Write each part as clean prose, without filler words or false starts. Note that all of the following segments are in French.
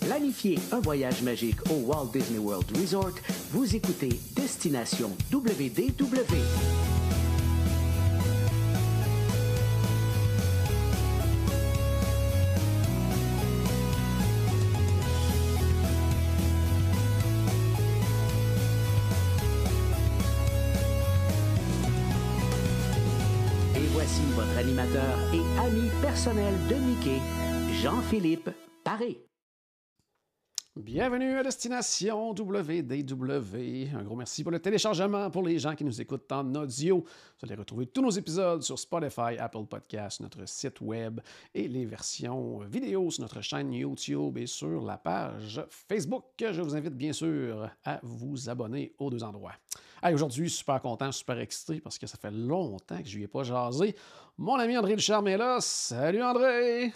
Planifiez un voyage magique au Walt Disney World Resort. Vous écoutez Destination WDW. Et voici votre animateur et ami personnel de Mickey, Jean-Philippe Paré. Bienvenue à Destination WDW. Un gros merci pour le téléchargement pour les gens qui nous écoutent en audio. Vous allez retrouver tous nos épisodes sur Spotify, Apple Podcasts, notre site web et les versions vidéo sur notre chaîne YouTube et sur la page Facebook. Je vous invite bien sûr à vous abonner aux deux endroits. Hey, aujourd'hui, super content, super excité parce que ça fait longtemps que je lui ai pas jasé. Mon ami André Ducharme est là. Salut André!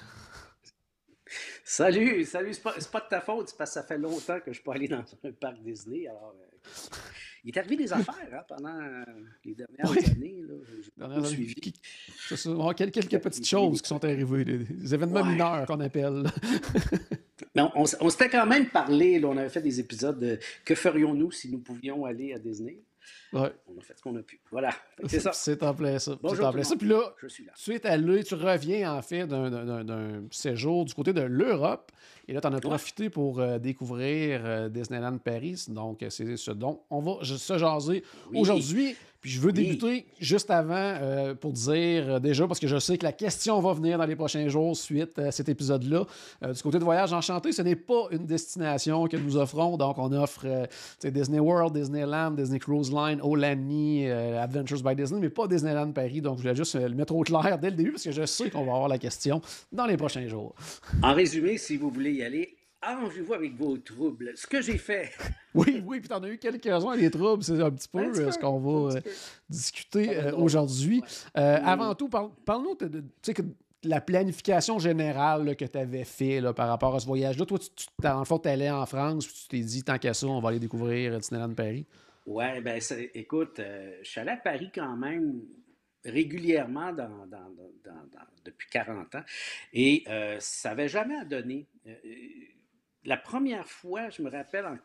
Salut, c'est pas de ta faute, c'est parce que ça fait longtemps que je suis pas allé dans un parc Disney. Alors, il est arrivé des affaires pendant les dernières années. Là, j'ai beaucoup suivi. Quelques petites choses qui sont arrivées, des événements mineurs qu'on appelle. Mais on s'était quand même parlé, là, on avait fait des épisodes de que ferions-nous si nous pouvions aller à Disney. Ouais. On a fait ce qu'on a pu. Voilà, c'est ça. C'est en plein ça. Bonjour. Puis là, je suis là. tu es allé, tu reviens en fait d'un séjour du côté de l'Europe. Et là, tu en as profité pour découvrir Disneyland Paris. Donc, c'est ce dont on va se jaser aujourd'hui. Puis je veux débuter juste avant pour dire déjà, parce que je sais que la question va venir dans les prochains jours suite à cet épisode-là. Du côté de Voyage Enchanté, ce n'est pas une destination que nous offrons. Donc, on offre Disney World, Disneyland, Disney Cruise Line, Aulani, Adventures by Disney, mais pas Disneyland Paris. Donc, je voulais juste le mettre au clair dès le début parce que je sais qu'on va avoir la question dans les prochains jours. En résumé, si vous voulez y aller, arrangez-vous avec vos troubles. Ce que j'ai fait. Oui, puis t'en as eu quelques-uns des troubles. C'est un petit peu ce qu'on va discuter aujourd'hui. Avant tout, parle-nous de la planification générale là, que tu avais fait là, par rapport à ce voyage-là. Toi, dans le fond, tu allais en France, puis tu t'es dit, tant qu'à ça, on va aller découvrir Disneyland Paris. Ouais, ben écoute, je suis allé à Paris quand même régulièrement depuis 40 ans et ça n'avait jamais donné. La première fois, je me rappelle, en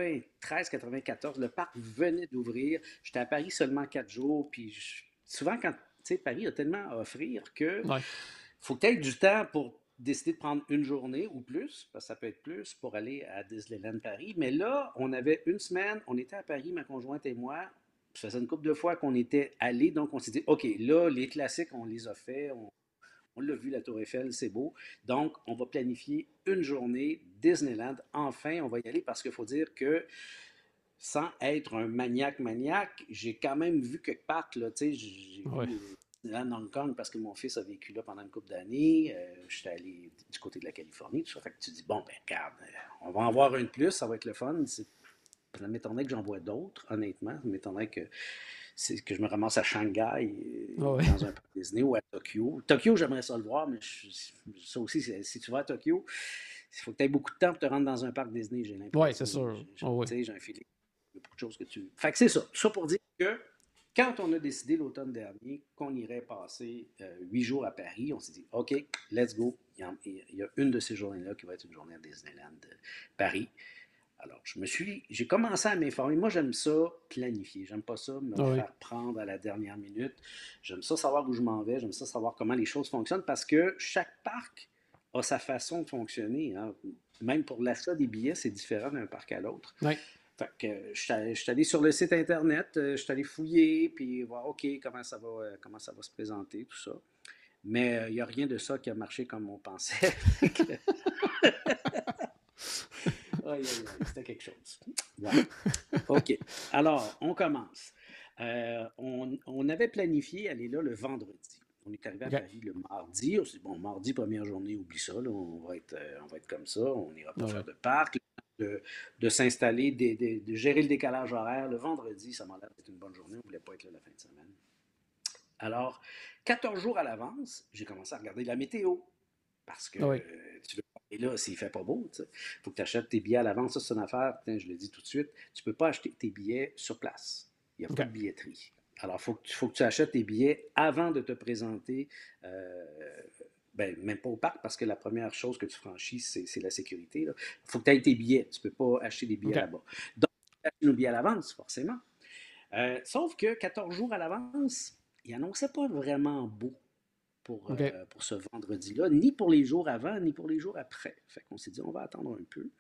93-94, le parc venait d'ouvrir. J'étais à Paris seulement 4 jours. Puis souvent, quand tu sais, Paris a tellement à offrir que faut peut-être du temps pour décider de prendre une journée ou plus, parce que ça peut être plus, pour aller à Disneyland Paris. Mais là, on avait une semaine, on était à Paris, ma conjointe et moi. Ça faisait une couple de fois qu'on était allés, donc on s'est dit, OK, là, les classiques, on les a fait, on l'a vu, la Tour Eiffel, c'est beau. Donc, on va planifier une journée Disneyland. Enfin, on va y aller parce qu'il faut dire que, sans être un maniaque, j'ai quand même vu quelque part, là, tu sais, j'ai vu Disneyland Hong Kong parce que mon fils a vécu là pendant une couple d'années. J'étais allé du côté de la Californie, tout ça. Fait que tu dis, bon, ben regarde, on va en voir une plus, ça va être le fun. Ça m'étonnerait que j'en vois d'autres, honnêtement. Ça m'étonnerait que je me ramasse à Shanghai, dans un parc Disney ou à Tokyo. Tokyo, j'aimerais ça le voir, mais ça aussi, si tu vas à Tokyo, il faut que tu aies beaucoup de temps pour te rendre dans un parc Disney, j'ai l'impression. Oui, c'est sûr. J'ai un feeling. Il y a beaucoup de choses que tu... Fait que c'est ça. Ça pour dire que quand on a décidé l'automne dernier qu'on irait passer 8 jours à Paris, on s'est dit, OK, let's go. Il y a une de ces journées-là qui va être une journée à Disneyland Paris. Alors, j'ai commencé à m'informer. Moi, j'aime ça planifier. J'aime pas ça me faire prendre à la dernière minute. J'aime ça savoir où je m'en vais. J'aime ça savoir comment les choses fonctionnent parce que chaque parc a sa façon de fonctionner. Hein. Même pour l'achat des billets, c'est différent d'un parc à l'autre. Oui. Fait que je suis allé sur le site Internet, je suis allé fouiller, puis voir, OK, comment ça va se présenter, tout ça. Mais il n'y a rien de ça qui a marché comme on pensait. C'était quelque chose. Ouais. OK. Alors, on commence. On avait planifié aller là le vendredi. On est arrivé à Paris le mardi. On s'est dit, bon, mardi, première journée, oublie ça. Là, on va être comme ça. On n'ira pas faire de parc. De s'installer, de gérer le décalage horaire. Le vendredi, ça m'a l'air d'être une bonne journée. On ne voulait pas être là la fin de semaine. Alors, 14 jours à l'avance, j'ai commencé à regarder la météo. Parce que tu veux pas aller là s'il ne fait pas beau. Il faut que tu achètes tes billets à l'avance. Ça, c'est une affaire, je le dis tout de suite. Tu ne peux pas acheter tes billets sur place. Il n'y a pas de billetterie. Alors, il faut que tu achètes tes billets avant de te présenter Ben, même pas au parc, parce que la première chose que tu franchis, c'est la sécurité. Il faut que tu aies tes billets. Tu ne peux pas acheter des billets OK. là-bas. Donc, on a acheté nos billets à l'avance, forcément. Sauf que 14 jours à l'avance, il n'annonçait pas vraiment beau OK. pour ce vendredi-là, ni pour les jours avant, ni pour les jours après. Fait qu'on s'est dit, on va attendre un peu.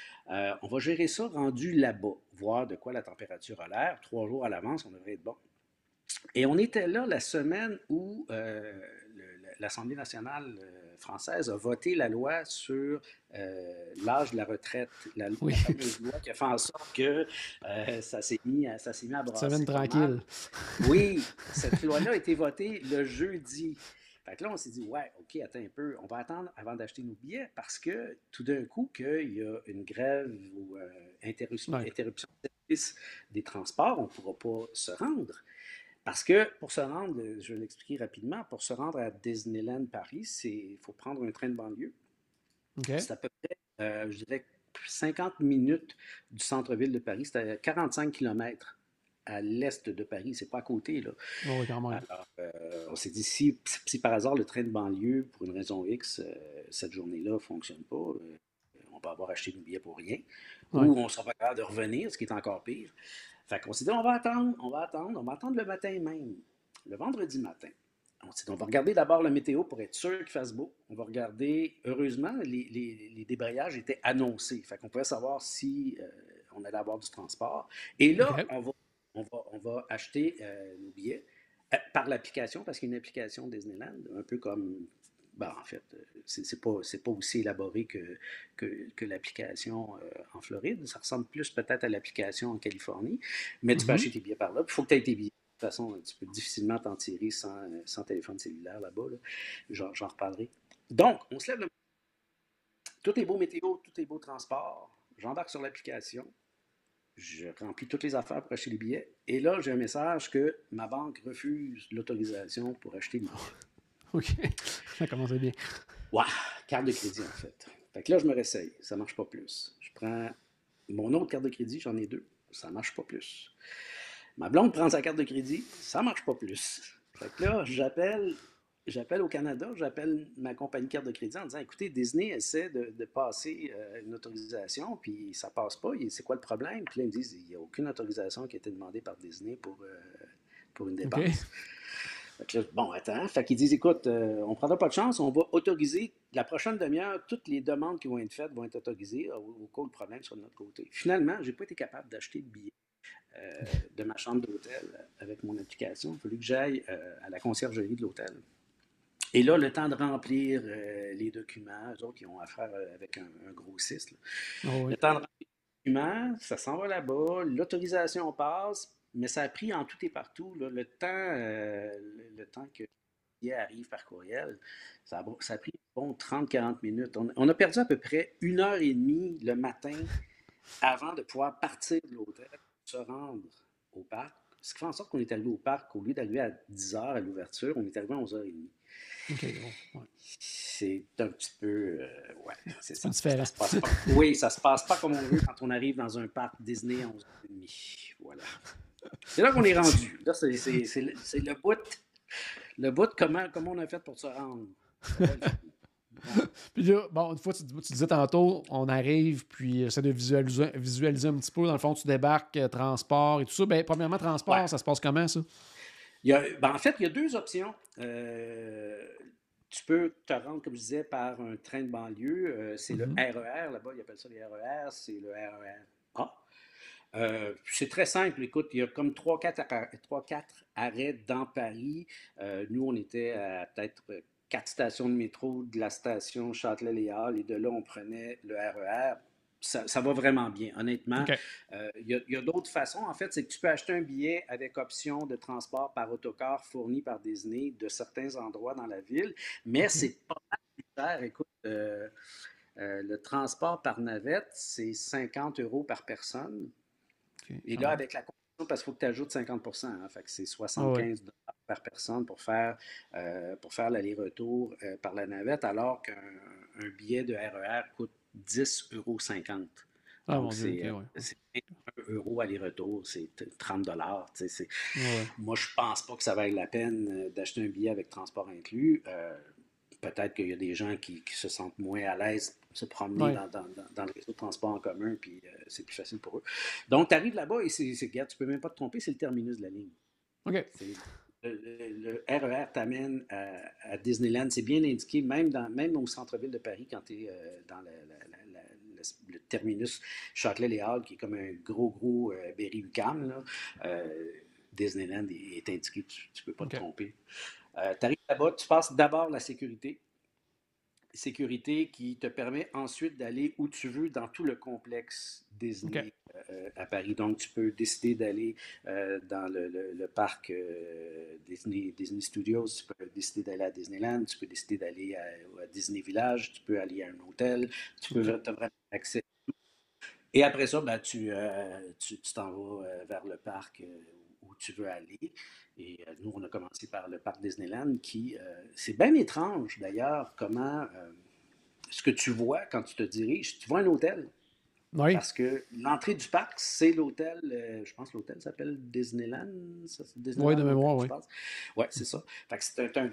On va gérer ça rendu là-bas, voir de quoi la température a l'air. 3 jours à l'avance, on devrait être bon. Et on était là la semaine où l'Assemblée nationale française a voté la loi sur l'âge de la retraite, la Oui. fameuse loi qui a fait en sorte que ça s'est mis à brasser Semaine pas mal. tranquille. Oui, cette loi-là a été votée le jeudi. Fait que là, on s'est dit, ouais, OK, attends un peu, on va attendre avant d'acheter nos billets parce que tout d'un coup, qu'il y a une grève ou interruption Ouais. de service des transports, on ne pourra pas se rendre. Parce que pour se rendre, je vais l'expliquer rapidement, pour se rendre à Disneyland Paris, il faut prendre un train de banlieue. OK. C'est à peu près, je dirais, 50 minutes du centre-ville de Paris. C'est à 45 km à l'est de Paris. C'est pas à côté, là. Oui, quand même. Alors, on s'est dit, si par hasard le train de banlieue, pour une raison X, cette journée-là ne fonctionne pas, on va avoir acheté nos billets pour rien, Ouais. ou on ne sera pas capable de revenir, ce qui est encore pire. Fait qu'on s'est dit, on va attendre le matin même, le vendredi matin. On s'est dit, on va regarder d'abord la météo pour être sûr qu'il fasse beau. On va regarder, heureusement, les débrayages étaient annoncés. Fait qu'on pouvait savoir si on allait avoir du transport. Et là, OK. on va acheter nos billets par l'application, parce qu'il y a une application Disneyland, un peu comme. Ben, en fait, c'est pas aussi élaboré que l'application en Floride. Ça ressemble plus peut-être à l'application en Californie, mais tu peux Mhm. acheter tes billets par là. Il faut que tu aies tes billets. De toute façon, tu peux difficilement t'en tirer sans téléphone cellulaire là-bas. Là. J'en reparlerai. Donc, on se lève le matin. Tout est beau météo, tout est beau transport. J'embarque sur l'application. Je remplis toutes les affaires pour acheter les billets. Et là, j'ai un message que ma banque refuse l'autorisation pour acheter les billets. OK. Ça commence bien. Waouh, carte de crédit en fait. Fait que là, je me réessaye. Ça marche pas plus. Je prends mon autre carte de crédit, j'en ai deux. Ça marche pas plus. Ma blonde prend sa carte de crédit, ça marche pas plus. Fait que là, j'appelle au Canada, j'appelle ma compagnie de carte de crédit en disant, écoutez, Disney essaie de passer une autorisation, puis ça passe pas. C'est quoi le problème? Puis là, ils me disent, il n'y a aucune autorisation qui a été demandée par Disney pour une OK. dépense. Fait que là, bon, attends. Fait qu'ils disent, écoute, on ne prendra pas de chance, on va autoriser la prochaine demi-heure, toutes les demandes qui vont être faites vont être autorisées au cas où le problème soit de notre côté. Finalement, je n'ai pas été capable d'acheter le billet de ma chambre d'hôtel avec mon application. Il a fallu que j'aille à la conciergerie de l'hôtel. Et là, le temps de remplir les documents, eux autres, ils ont affaire avec un grossiste. Oh, Le oui. temps de remplir les documents, ça s'en va là-bas, l'autorisation passe, mais ça a pris en tout et partout là, le temps que le billet arrive par courriel. Ça a pris bon 30-40 minutes. On a perdu à peu près 1 heure et demie le matin avant de pouvoir partir de l'hôtel, se rendre au parc. Ce qui fait en sorte qu'on est arrivé au parc, au lieu d'arriver à 10 heures à l'ouverture, on est arrivé à 11h30. OK, bon. Ouais. C'est un petit peu. Ouais, c'est C'est ça. différent. Se passe pas, oui, ça se passe pas comme on veut quand on arrive dans un parc Disney à 11h30. Voilà. C'est là qu'on est rendu. Là, c'est le bout de comment on a fait pour se rendre. Puis là, bon, une fois, tu disais tantôt, on arrive, puis essaie de visualiser un petit peu. Dans le fond, tu débarques, transport et tout ça. Ben, premièrement, transport, Ouais. ça se passe comment, ça? En fait, il y a deux options. Tu peux te rendre, comme je disais, par un train de banlieue. C'est le Mhm. RER, là-bas, ils appellent ça les RER, c'est le RER A. C'est très simple. Écoute, il y a comme 3-4 arrêts dans Paris. Nous, on était à peut-être 4 stations de métro de la station Châtelet-Les Halles et de là, on prenait le RER. Ça va vraiment bien, honnêtement. OK. Il y a d'autres façons. En fait, c'est que tu peux acheter un billet avec option de transport par autocar fourni par Disney de certains endroits dans la ville, mais OK. c'est pas mal plus cher. Écoute, le transport par navette, c'est 50 € par personne. OK, Et quand là, même. avec la contribution, parce qu'il faut que tu ajoutes 50%, hein, fait que c'est Ah ouais. 75 $ par personne pour faire l'aller-retour par la navette, alors qu'un billet de RER coûte 10,50 €. Ah mon Donc, Dieu, OK, ouais. c'est 1 € aller-retour, c'est 30 $. Ouais. Moi, je pense pas que ça vaille la peine d'acheter un billet avec transport inclus. peut-être qu'il y a des gens qui se sentent moins à l'aise de se promener dans le réseau de transport en commun, puis c'est plus facile pour eux. Donc, tu arrives là-bas et regarde, tu peux même pas te tromper, c'est le terminus de la ligne. OK. Le RER t'amène à Disneyland. C'est bien indiqué, même au centre-ville de Paris, quand tu es dans le terminus Châtelet-Les Halles, qui est comme un gros Berry-UQAM, Disneyland est indiqué, tu ne peux pas te tromper. Tu arrives là-bas, tu passes d'abord la sécurité qui te permet ensuite d'aller où tu veux dans tout le complexe Disney à Paris. Donc, tu peux décider d'aller dans le parc Disney Studios, tu peux décider d'aller à Disneyland, tu peux décider d'aller à Disney Village, tu peux aller à un hôtel, tu peux avoir accès. Et après ça, ben, tu t'en vas vers le parc où tu veux aller. Et nous, on a commencé par le parc Disneyland qui, c'est bien étrange d'ailleurs, comment, ce que tu vois quand tu te diriges, tu vois un hôtel. Oui. Parce que l'entrée du parc, c'est l'hôtel, je pense que l'hôtel s'appelle Disneyland. Oui, de mémoire, oui. Oui, c'est ça. Fait que c'est un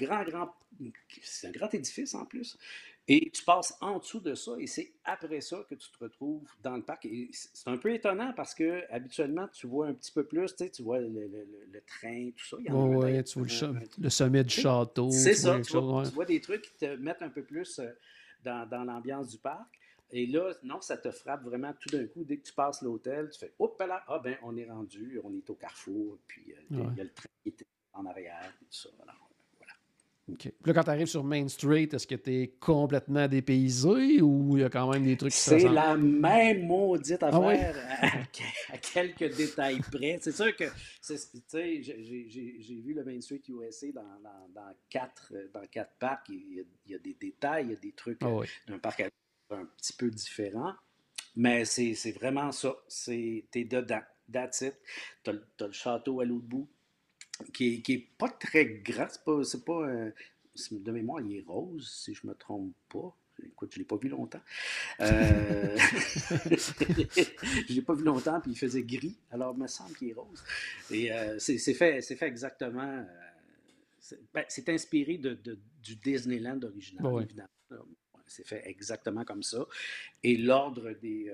grand édifice en plus. Et tu passes en dessous de ça et c'est après ça que tu te retrouves dans le parc. Et c'est un peu étonnant parce que habituellement, tu vois un petit peu plus, tu vois le train, tout ça. Oui, tu vois le sommet du château. C'est ça, tu vois des trucs qui te mettent un peu plus dans l'ambiance du parc. Et là, non, ça te frappe vraiment tout d'un coup. Dès que tu passes l'hôtel, tu fais « Hop là, on est rendu, on est au Carrefour. » Puis il y a le train qui est en arrière et tout ça. Alors, voilà. OK. Puis là, quand tu arrives sur Main Street, est-ce que tu es complètement dépaysé ou il y a quand même des trucs qui se ressemblent? C'est la même maudite affaire à quelques détails près. C'est sûr que, tu sais, j'ai vu le Main Street USA dans quatre parcs. Il y a des détails, il y a des trucs d'un parc à un petit peu différent, mais c'est vraiment ça. T'es dedans. That's it. T'as le château à l'autre bout, qui est pas très grand. C'est pas de mémoire, il est rose, si je me trompe pas. Écoute, je ne l'ai pas vu longtemps. Je ne l'ai pas vu longtemps, puis il faisait gris. Alors, il me semble qu'il est rose. Et c'est fait exactement... c'est inspiré du Disneyland original, évidemment. C'est fait exactement comme ça. Et l'ordre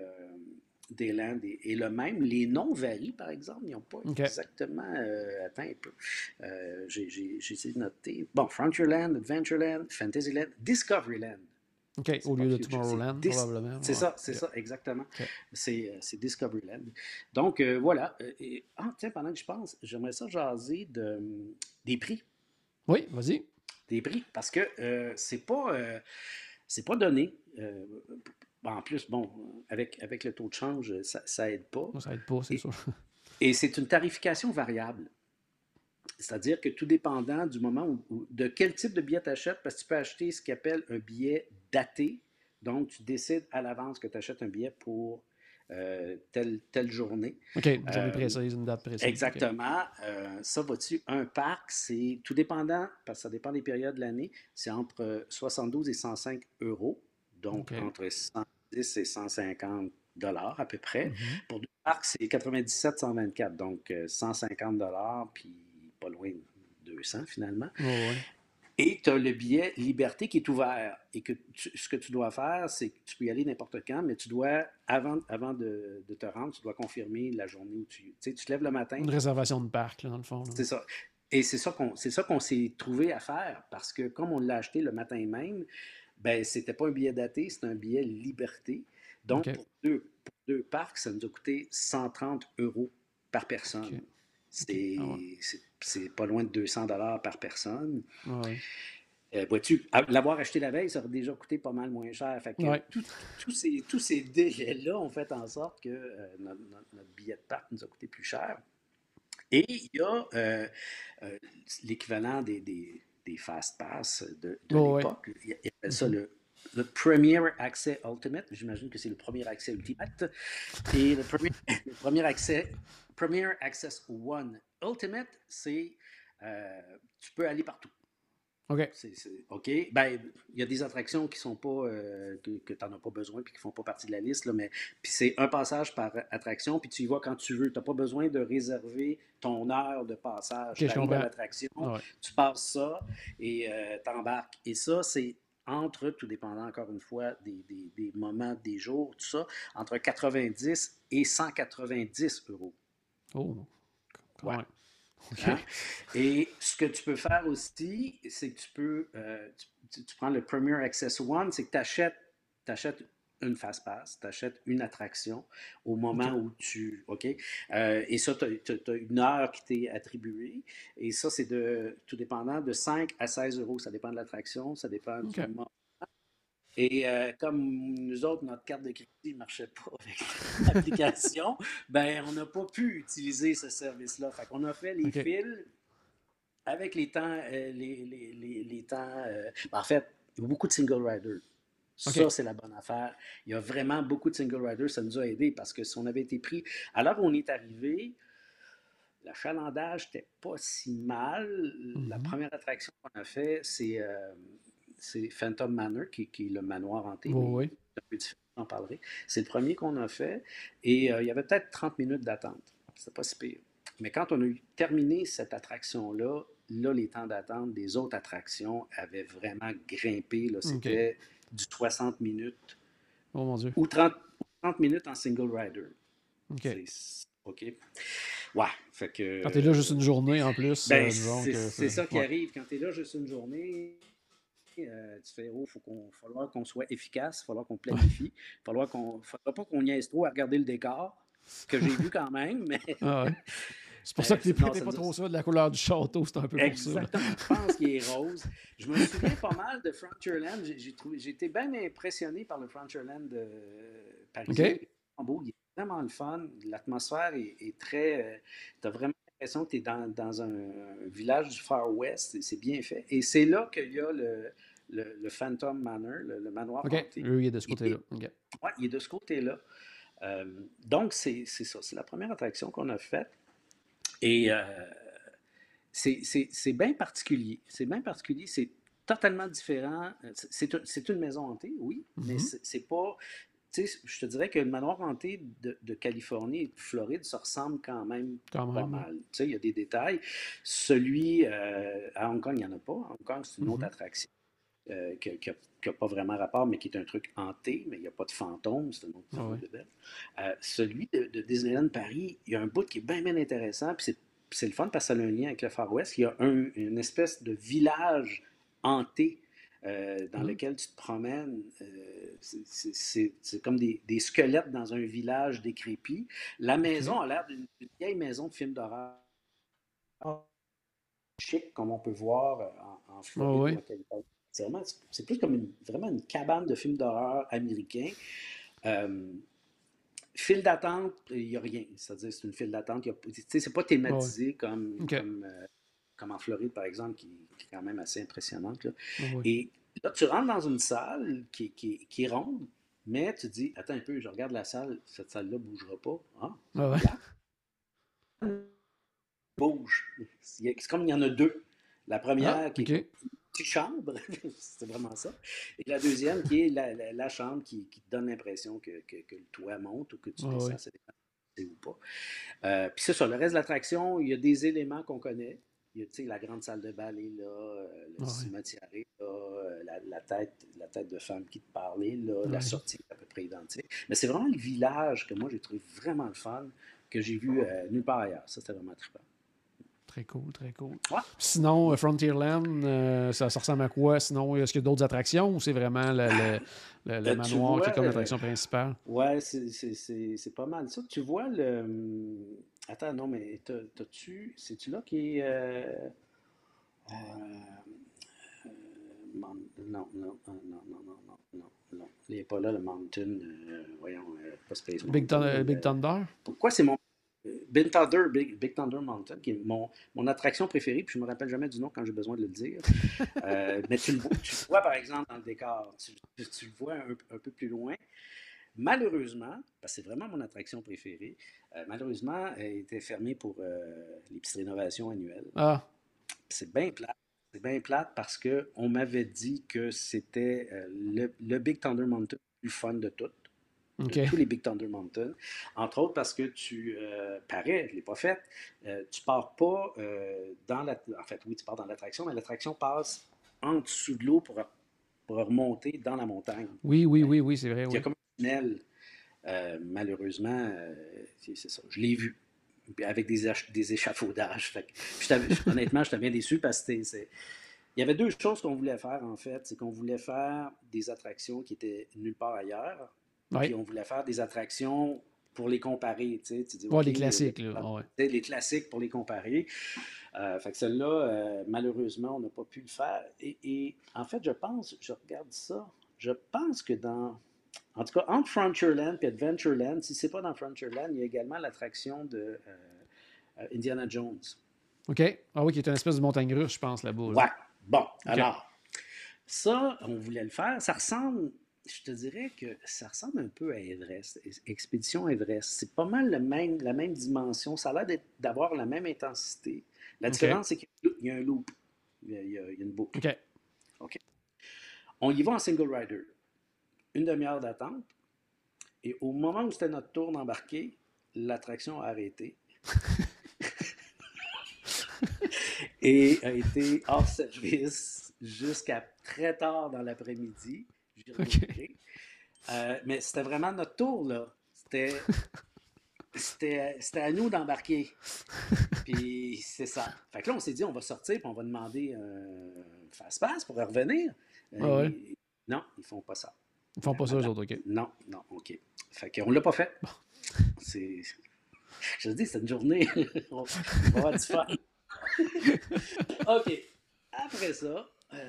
des lands est le même. Les noms varient, par exemple. Ils n'ont pas exactement... attends un peu. J'ai essayé de noter. Bon, Frontierland, Adventureland, Fantasyland, Discoveryland. OK, au lieu de Tomorrowland, probablement. C'est ça, exactement. Okay. C'est Discoveryland. Donc, voilà. Tiens, pendant que je pense, j'aimerais ça jaser des prix. Oui, vas-y. Des prix, parce que c'est pas donné. En plus, bon, avec le taux de change, ça aide pas. Ça aide pas, c'est sûr. Et c'est une tarification variable. C'est-à-dire que tout dépendant du moment de quel type de billet tu achètes, parce que tu peux acheter ce qu'on appelle un billet daté. Donc, tu décides à l'avance que tu achètes un billet pour telle journée. OK, une journée précise, une date précise. Exactement. Ça va-tu? Un parc, c'est tout dépendant, parce que ça dépend des périodes de l'année, c'est entre 72 et 105 €. Donc, entre 110 et 150 $ à peu près. Mm-hmm. Pour deux parcs, c'est 97,124. Donc, 150 $, puis pas loin de 200 finalement. Et tu as le billet Liberté qui est ouvert. Et que ce que tu dois faire, c'est que tu peux y aller n'importe quand, mais tu dois, avant de te rendre, tu dois confirmer la journée où tu te lèves le matin. Une réservation de parc, là, dans le fond. Là. C'est ça. Et c'est ça qu'on s'est trouvé à faire, parce que comme on l'a acheté le matin même, ben c'était pas un billet daté, c'était un billet Liberté. Donc, pour deux parcs, ça nous a coûté 130 € par personne. C'est pas loin de 200 $ par personne. Vois-tu, l'avoir acheté la veille, ça aurait déjà coûté pas mal moins cher. Fait que tous ces délais-là ont fait en sorte que notre billet de parc nous a coûté plus cher. Et il y a l'équivalent des Fast Pass de l'époque. Il appelle ça le Premier Access Ultimate. J'imagine que c'est le premier accès Ultimate. Et le premier accès Premier Access One. Ultimate, c'est tu peux aller partout. OK. OK. Ben, il y a des attractions qui sont pas que tu n'en as pas besoin puis qui font pas partie de la liste, là, mais puis c'est un passage par attraction, puis tu y vas quand tu veux. Tu n'as pas besoin de réserver ton heure de passage. OK, Tu je arrives à comprends. l'attraction, Ah ouais. tu passes ça et t'embarques. Et ça, c'est entre, tout dépendant encore une fois des moments, des jours, tout ça, entre 90 et 190 euros. Oh, quand Ouais. même. OK. Hein? Et ce que tu peux faire aussi, c'est que tu prends le Premier Access One, c'est que tu achètes une fast-pass, tu achètes une attraction au moment OK. où OK? Et ça, tu as une heure qui t'est attribuée. Et ça, c'est tout dépendant de 5 à 16 euros. Ça dépend de l'attraction, ça dépend du OK. moment. Et comme nous autres, notre carte de crédit ne marchait pas avec l'application, ben on n'a pas pu utiliser ce service-là. Fait qu'on a fait les OK. fils avec les temps. Les temps en fait, il y a beaucoup de single riders. Ça, OK. c'est la bonne affaire. Il y a vraiment beaucoup de single riders. Ça nous a aidés parce que si on avait été pris. À l'heure où on est arrivé, l'achalandage n'était pas si mal. La première attraction qu'on a fait, c'est Phantom Manor, qui est le manoir hanté, Oui, mais oui. c'est un peu différent, j'en parlerai. C'est le premier qu'on a fait et il y avait peut-être 30 minutes d'attente. C'était pas si pire. Mais quand on a terminé cette attraction-là, là, les temps d'attente des autres attractions avaient vraiment grimpé. Là. OK. C'était du 60 minutes Oh mon Dieu. ou 30 minutes en single rider. OK. OK. Ouais, fait que. Quand t'es là juste une journée en plus, Ben, disons que c'est ça qui ouais. arrive. Quand tu es là juste une journée, tu fais, oh, falloir qu'on soit efficace, il va falloir qu'on planifie, faudra pas qu'on niaise trop à regarder le décor, que j'ai vu quand même, mais. Ah ouais. C'est pour ça que t'es non, pas trop ça de la couleur du château, c'est un peu pour ça. Exactement, je pense qu'il est rose. Je me souviens pas mal de Frontierland. J'ai été bien impressionné par le Frontierland parisien. OK. Il est vraiment le fun. L'atmosphère est très. Tu as vraiment l'impression que tu es dans un village du Far West. C'est bien fait. Et c'est là qu'il y a le Phantom Manor, le manoir OK. hanté. Lui, il est de ce côté-là. OK. Ouais, il est de ce côté-là. Donc, c'est ça. C'est la première attraction qu'on a faite. Et c'est bien particulier. C'est bien particulier. C'est totalement différent. C'est une maison hantée, oui, mais c'est pas. Tu sais, je te dirais que le manoir hanté de Californie et de Floride, ça ressemble quand même pas mal. Tu sais, il y a des détails. Celui à Hong Kong, il n'y en a pas. Hong Kong, c'est une autre attraction qui n'a pas vraiment rapport, mais qui est un truc hanté, mais il n'y a pas de fantôme, c'est un autre famille de belle. Celui de Disneyland Paris, il y a un bout qui est bien intéressant, puis c'est le fun parce que ça a un lien avec le Far West. Il y a une espèce de village hanté dans lequel tu te promènes. C'est comme des squelettes dans un village décrépit. La maison a l'air d'une vieille maison de film d'horreur chic, comme on peut voir en Floride ou en Californie. C'est plus comme vraiment une cabane de films d'horreur américain. File d'attente, il n'y a rien. C'est-à-dire, c'est une file d'attente. C'est pas thématisé comme en Floride, par exemple, qui est quand même assez impressionnante. Là. Et là, tu rentres dans une salle qui est ronde, mais tu te dis, attends un peu, je regarde la salle, cette salle-là ne bougera pas. Bouge. C'est comme il y en a deux. La première qui est une petite chambre, c'est vraiment ça. Et la deuxième qui est la chambre qui te donne l'impression que le toit monte ou que tu descends, ça dépend ou pas. Puis c'est ça, le reste de l'attraction, il y a des éléments qu'on connaît. Il y a la grande salle de bal est là, le cimetière est là, la tête de femme qui te parlait, là, la sortie est à peu près identique. Mais c'est vraiment le village que moi j'ai trouvé vraiment le fun, que j'ai vu nulle part ailleurs. Ça, c'était vraiment trippant. Très cool, très cool. Ouais. Sinon, Frontierland, ça ressemble à quoi? Sinon, est-ce qu'il y a d'autres attractions ou c'est vraiment le manoir qui est comme l'attraction principale? Ouais, c'est pas mal ça. Tu vois le. Attends, non, mais t'as-tu. C'est-tu là qui est. Non. Il n'est pas là, le Mountain. Voyons, pas Space Mountain. Big Thunder? Pourquoi c'est mon. Big Thunder Mountain, qui est mon attraction préférée, puis je ne me rappelle jamais du nom quand j'ai besoin de le dire. Mais tu le vois, par exemple, dans le décor. Tu le vois un peu plus loin. Malheureusement, parce que c'est vraiment mon attraction préférée, malheureusement, elle était fermée pour les petites rénovations annuelles. Ah. C'est bien plat. c'est bien plate parce qu'on m'avait dit que c'était le Big Thunder Mountain le plus fun de tout, de OK. tous les Big Thunder Mountain. Entre autres parce que paraît, je ne l'ai pas fait, tu pars pas dans la. En fait, oui, tu pars dans l'attraction, mais l'attraction passe en dessous de l'eau pour remonter dans la montagne. Oui, oui, Ben, oui, oui, c'est vrai, il y a oui. comme un tunnel, malheureusement, c'est ça. Je l'ai vu avec des échafaudages. Fait que, honnêtement, j'étais bien déçu parce que il y avait deux choses qu'on voulait faire, en fait. C'est qu'on voulait faire des attractions qui étaient nulle part ailleurs, Oui. puis on voulait faire des attractions pour les comparer. Tu dis, Ouais, OK, les classiques, là. Ah ouais. les classiques pour les comparer. Fait que celle-là, malheureusement, on n'a pas pu le faire. Et en fait, je regarde ça, je pense que en tout cas, entre Frontierland et Adventureland, si c'est pas dans Frontierland, il y a également l'attraction de Indiana Jones. OK. Ah oui, qui est une espèce de montagne russe, je pense, là-bas. Là. Ouais. Bon, OK. alors, ça, on voulait le faire. Ça ressemble, je te dirais que ça ressemble un peu à Everest, Expédition Everest. C'est pas mal la même dimension. Ça a l'air d'avoir la même intensité. La OK. différence, c'est qu'il y a un loop. Il y a une boucle. OK. OK. On y va en single rider. Une demi-heure d'attente. Et au moment où c'était notre tour d'embarquer, l'attraction a arrêté et a été hors service jusqu'à très tard dans l'après-midi. J'ai OK. remarqué. Mais c'était vraiment notre tour, là. C'était à nous d'embarquer. Puis c'est ça. Fait que là, on s'est dit, on va sortir puis on va demander un fast-pass pour revenir. Ah ouais. Non, ils font pas ça. Ils font pas ça, eux autres, OK. Non, non, OK. Fait qu'on l'a pas fait. C'est... Je te dis, c'est une journée. On va avoir du fun. OK. Après ça,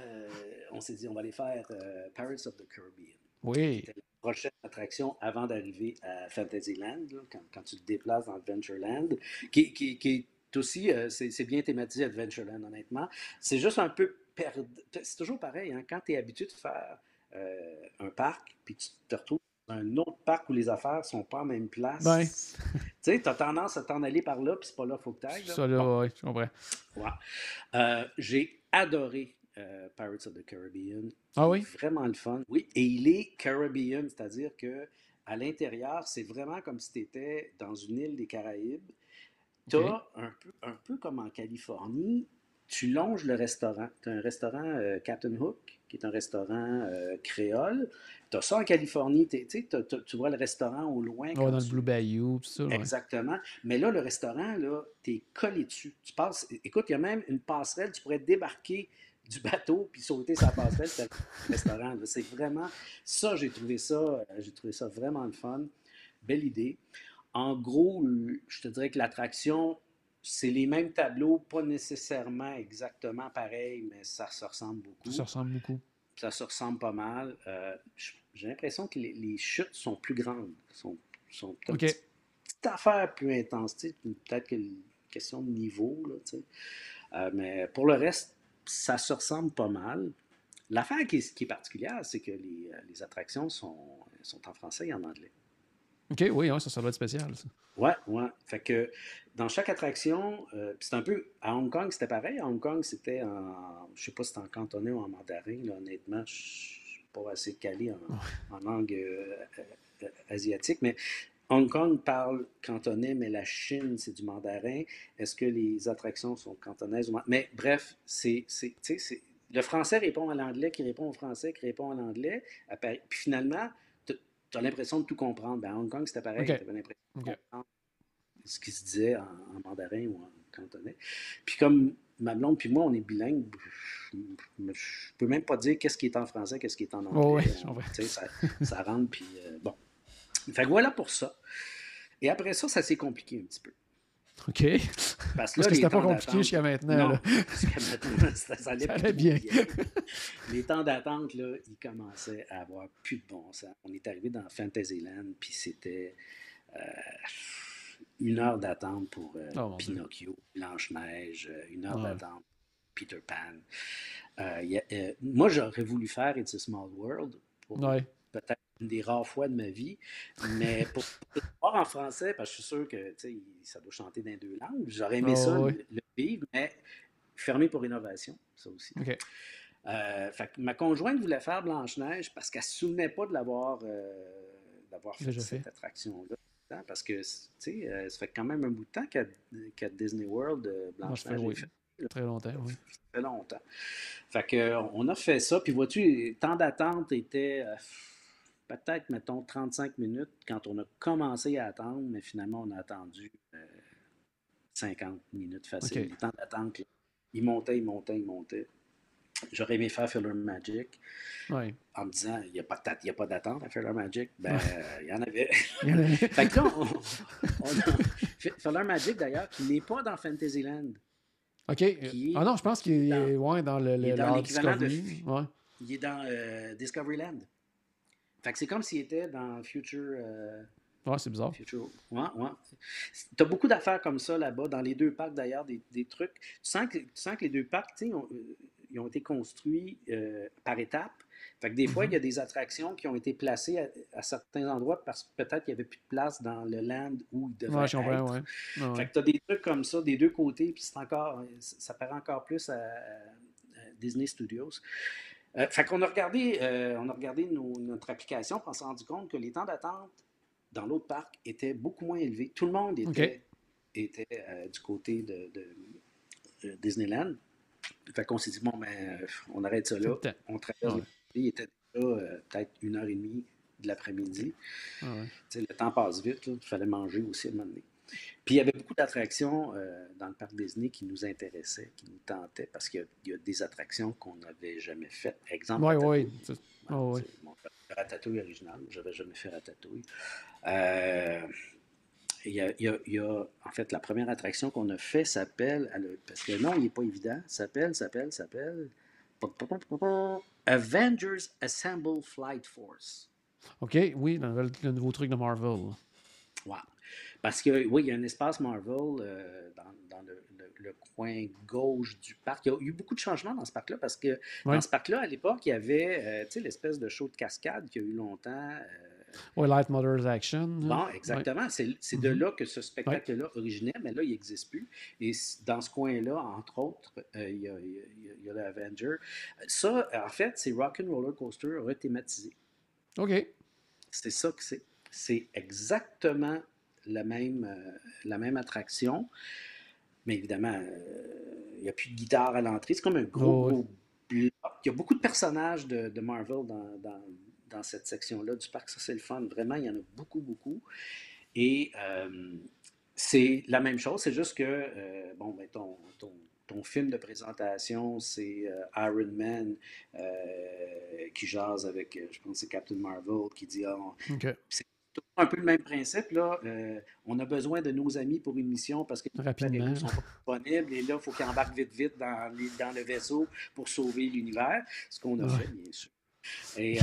on s'est dit, on va aller faire Pirates of the Caribbean. Oui. C'était la prochaine attraction avant d'arriver à Fantasyland, là, quand tu te déplaces dans Adventureland, qui est aussi, c'est bien thématisé Adventureland, honnêtement. C'est juste un peu perdu. C'est toujours pareil, hein, quand tu es habitué de faire un parc, puis tu te retrouves dans un autre parc où les affaires ne sont pas en même Ben, place. Tu sais, tu as tendance à t'en aller par là, puis c'est pas là qu'il faut que tu ailles. ça, Bon, là, ouais, je comprends. ouais. J'ai adoré Pirates of the Caribbean. Ah Il est oui? vraiment le fun. Oui, et il est Caribbean, c'est-à-dire que à l'intérieur, c'est vraiment comme si tu étais dans une île des Caraïbes. Tu OK. as un peu comme en Californie, tu longes le restaurant. Tu as un restaurant Captain Hook, qui est un restaurant créole. Tu as ça en Californie. Tu sais, tu vois le restaurant au loin Ouais, quand dans le tu. Blue Bayou, tout ça, ouais. Exactement. Mais là, le restaurant, là, t'es collé dessus. Tu passes. Écoute, il y a même une passerelle. Tu pourrais débarquer du bateau puis sauter sa passerelle. C'est le restaurant. Là. C'est vraiment. Ça, j'ai trouvé ça vraiment le fun. Belle idée. En gros, je te dirais que l'attraction, c'est les mêmes tableaux, pas nécessairement exactement pareil, mais ça se ressemble beaucoup. Ça ressemble beaucoup. Ça se ressemble pas mal. J'ai l'impression que les chutes sont plus grandes, sont un OK. petite affaire plus intense. Peut-être que une question de niveau, là, mais pour le reste, ça se ressemble pas mal. L'affaire qui est particulière, c'est que les attractions sont en français et en anglais. OK, oui, ouais, ça doit être spécial, ça. Ouais, ouais. Fait que dans chaque attraction, c'est un peu. À Hong Kong, c'était pareil. À Hong Kong, c'était en. Je sais pas si c'était en cantonais ou en mandarin, là, honnêtement. Je suis pas assez calé en langue asiatique. Mais Hong Kong parle cantonais, mais la Chine, c'est du mandarin. Est-ce que les attractions sont cantonaises ou mais bref, le français répond à l'anglais, qui répond au français, qui répond à l'anglais. Puis finalement, tu as l'impression de tout comprendre. Ben, à Hong Kong, c'était pareil. OK. Tu avais l'impression de OK. comprendre ce qui se disait en mandarin ou en cantonais. Puis comme ma blonde puis moi, on est bilingue, je peux même pas dire qu'est-ce qui est en français, qu'est-ce qui est en Oh, anglais. ouais, je comprends. Ça rentre, puis bon. Fait que voilà pour ça. Et après ça, ça s'est compliqué un petit peu. OK. Parce que là, les c'était pas temps compliqué d'attente. jusqu'à maintenant. Non, Là. jusqu'à maintenant, ça allait Ça plus allait bien. Les temps d'attente, là, ils commençaient à avoir plus de bon sens. On est arrivé dans Fantasyland, puis c'était 1 heure d'attente pour Oh mon Dieu. Pinocchio, Blanche-Neige, 1 heure Ouais. d'attente pour Peter Pan. Moi, j'aurais voulu faire It's a Small World pour Ouais. peut-être une des rares fois de ma vie, mais pour le voir en français, parce que je suis sûr que ça doit chanter dans 2 langues. J'aurais aimé Oh, ça, ouais. le vivre, mais fermé pour rénovation, ça aussi. OK. Fait que ma conjointe voulait faire Blanche-Neige parce qu'elle ne se souvenait pas de d'avoir fait Déjà cette fait. attraction-là. Parce que, tu sais, ça fait quand même un bout de temps qu'à Disney World, Moi, ça fait, Blanche-Neige est oui, faite. très longtemps, oui. Ça fait longtemps. Fait que, on a fait ça. Puis vois-tu, le temps d'attente était peut-être, mettons, 35 minutes quand on a commencé à attendre, mais finalement, on a attendu 50 minutes facile. OK. Le temps d'attente, là, il montait, il montait, il montait. J'aurais aimé faire Filler Magic Ouais. en me disant, il n'y a pas d'attente à Filler Magic. Ben, Ouais. il y en avait. Il y en a- Fait que là, on a Filler Magic, d'ailleurs, qui n'est pas dans Fantasyland, OK. qui Ah est non, je pense qu'il dans, est ouais, dans il est dans l'Art l'équivalent de... Discovery. Ouais. Il est dans Discoveryland. Fait que c'est comme s'il était dans Future... Ouais, c'est bizarre. Future... Ouais, ouais. T'as beaucoup d'affaires comme ça là-bas, dans les deux parcs d'ailleurs, des trucs. Tu sens que les deux parcs, tu sais, ils ont été construits par étapes. Fait que des fois, il y a des attractions qui ont été placées à certains endroits parce que peut-être qu'il n'y avait plus de place dans le land où ils devaient Ouais, je comprends, être. ouais. Ah, Fait ouais. que tu as des trucs comme ça des deux côtés, puis ça paraît encore plus à Disney Studios. Fait qu'on on a regardé notre application, puis on s'est rendu compte que les temps d'attente dans l'autre parc étaient beaucoup moins élevés. Tout le monde OK. était du côté de Disneyland. Fait qu'on s'est dit, bon, ben, on arrête ça C'est là. le temps. On traverse Ah, le ouais. Il était déjà peut-être 1h30 de l'après-midi. Ah, ouais. Tu sais, le temps passe vite, là. Il fallait manger aussi à un moment donné. Puis il y avait beaucoup d'attractions dans le parc Disney qui nous intéressaient, qui nous tentaient, parce qu'il y a des attractions qu'on n'avait jamais faites. Exemple, Ouais, Ratatouille. ouais. Bon, Ah, ouais. le Ratatouille original, je n'avais jamais fait Ratatouille. Euh, en fait, la première attraction qu'on a fait s'appelle, parce que non, il n'est pas évident, s'appelle Avengers Assemble Flight Force. OK, oui, le nouveau truc de Marvel. Wow. Parce que, oui, il y a un espace Marvel dans le coin gauche du parc. Il y a eu beaucoup de changements dans ce parc-là parce que dans Ouais. ce parc-là, à l'époque, il y avait tu sais, l'espèce de show de cascade qu'il y a eu longtemps. Ouais, Light Mother's Action. Bon, Ouais. exactement. C'est de là que ce Ouais. spectacle-là originait, mais là, il n'existe plus. Et dans ce coin-là, entre autres, il y a l'Avenger. Ça, en fait, c'est Rock'n'Roller Coaster rethématisé. OK. C'est ça que c'est. C'est exactement la même attraction. Mais évidemment, il n'y a plus de guitare à l'entrée. C'est comme un Oh, ouais. gros bloc. Il y a beaucoup de personnages de Marvel dans cette section-là du parc. Ça, c'est le fun. Vraiment, il y en a beaucoup, beaucoup. Et c'est la même chose. C'est juste que, bon, ben, ton film de présentation, c'est Iron Man qui jase avec, je pense que c'est Captain Marvel, qui dit OK. c'est un peu le même principe. Là. On a besoin de nos amis pour une mission parce que les Rapidement. super-héros ne sont pas disponibles. Et là, il faut qu'ils embarquent vite, vite dans le vaisseau pour sauver l'univers. Ce qu'on a fait, bien sûr. Et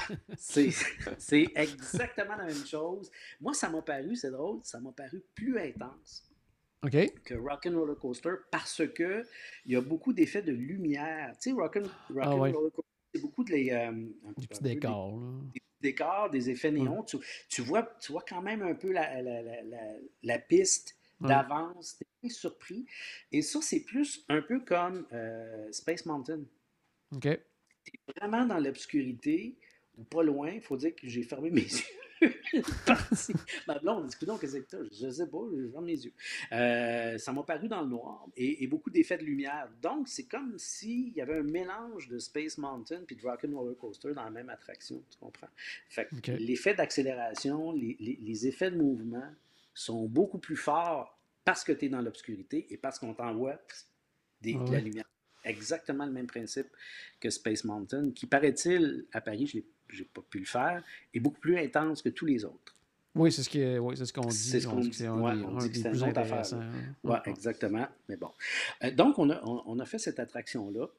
c'est exactement la même chose. Moi, ça m'a paru, c'est drôle, ça m'a paru plus intense OK. que Rock'n'Roller Coaster parce que il y a beaucoup d'effets de lumière. Tu sais, Ah, ouais. Rock'n'Roller Coaster, c'est beaucoup Des petits décors, là. des décors, des effets Ouais. néons. Tu vois quand même un peu la piste Ouais. d'avance. Tu es surpris. Et ça, c'est plus un peu comme Space Mountain. OK. Vraiment dans l'obscurité ou pas loin. Il faut dire que j'ai fermé mes yeux. Parti. Ma blonde dit, donc, qu'est-ce que t'as? Je sais pas, je ferme mes yeux. Ça m'a paru dans le noir et beaucoup d'effets de lumière. Donc, c'est comme s'il y avait un mélange de Space Mountain puis de Rock'n'Roller Coaster dans la même attraction. Tu comprends? Fait que OK. l'effet d'accélération, les effets de mouvement sont beaucoup plus forts parce que tu es dans l'obscurité et parce qu'on t'envoie de la Ouais. lumière. Exactement le même principe que Space Mountain, qui paraît-il, à Paris, je n'ai pas pu le faire, est beaucoup plus intense que tous les autres. Oui, c'est ce qu'on C'est dit. ce On qu'on dit que c'est dit. un Ouais, des, on un dit que des c'est plus une autre affaire. intéressants. Oui, Ouais. exactement. Mais bon. Donc, on a fait cette attraction-là.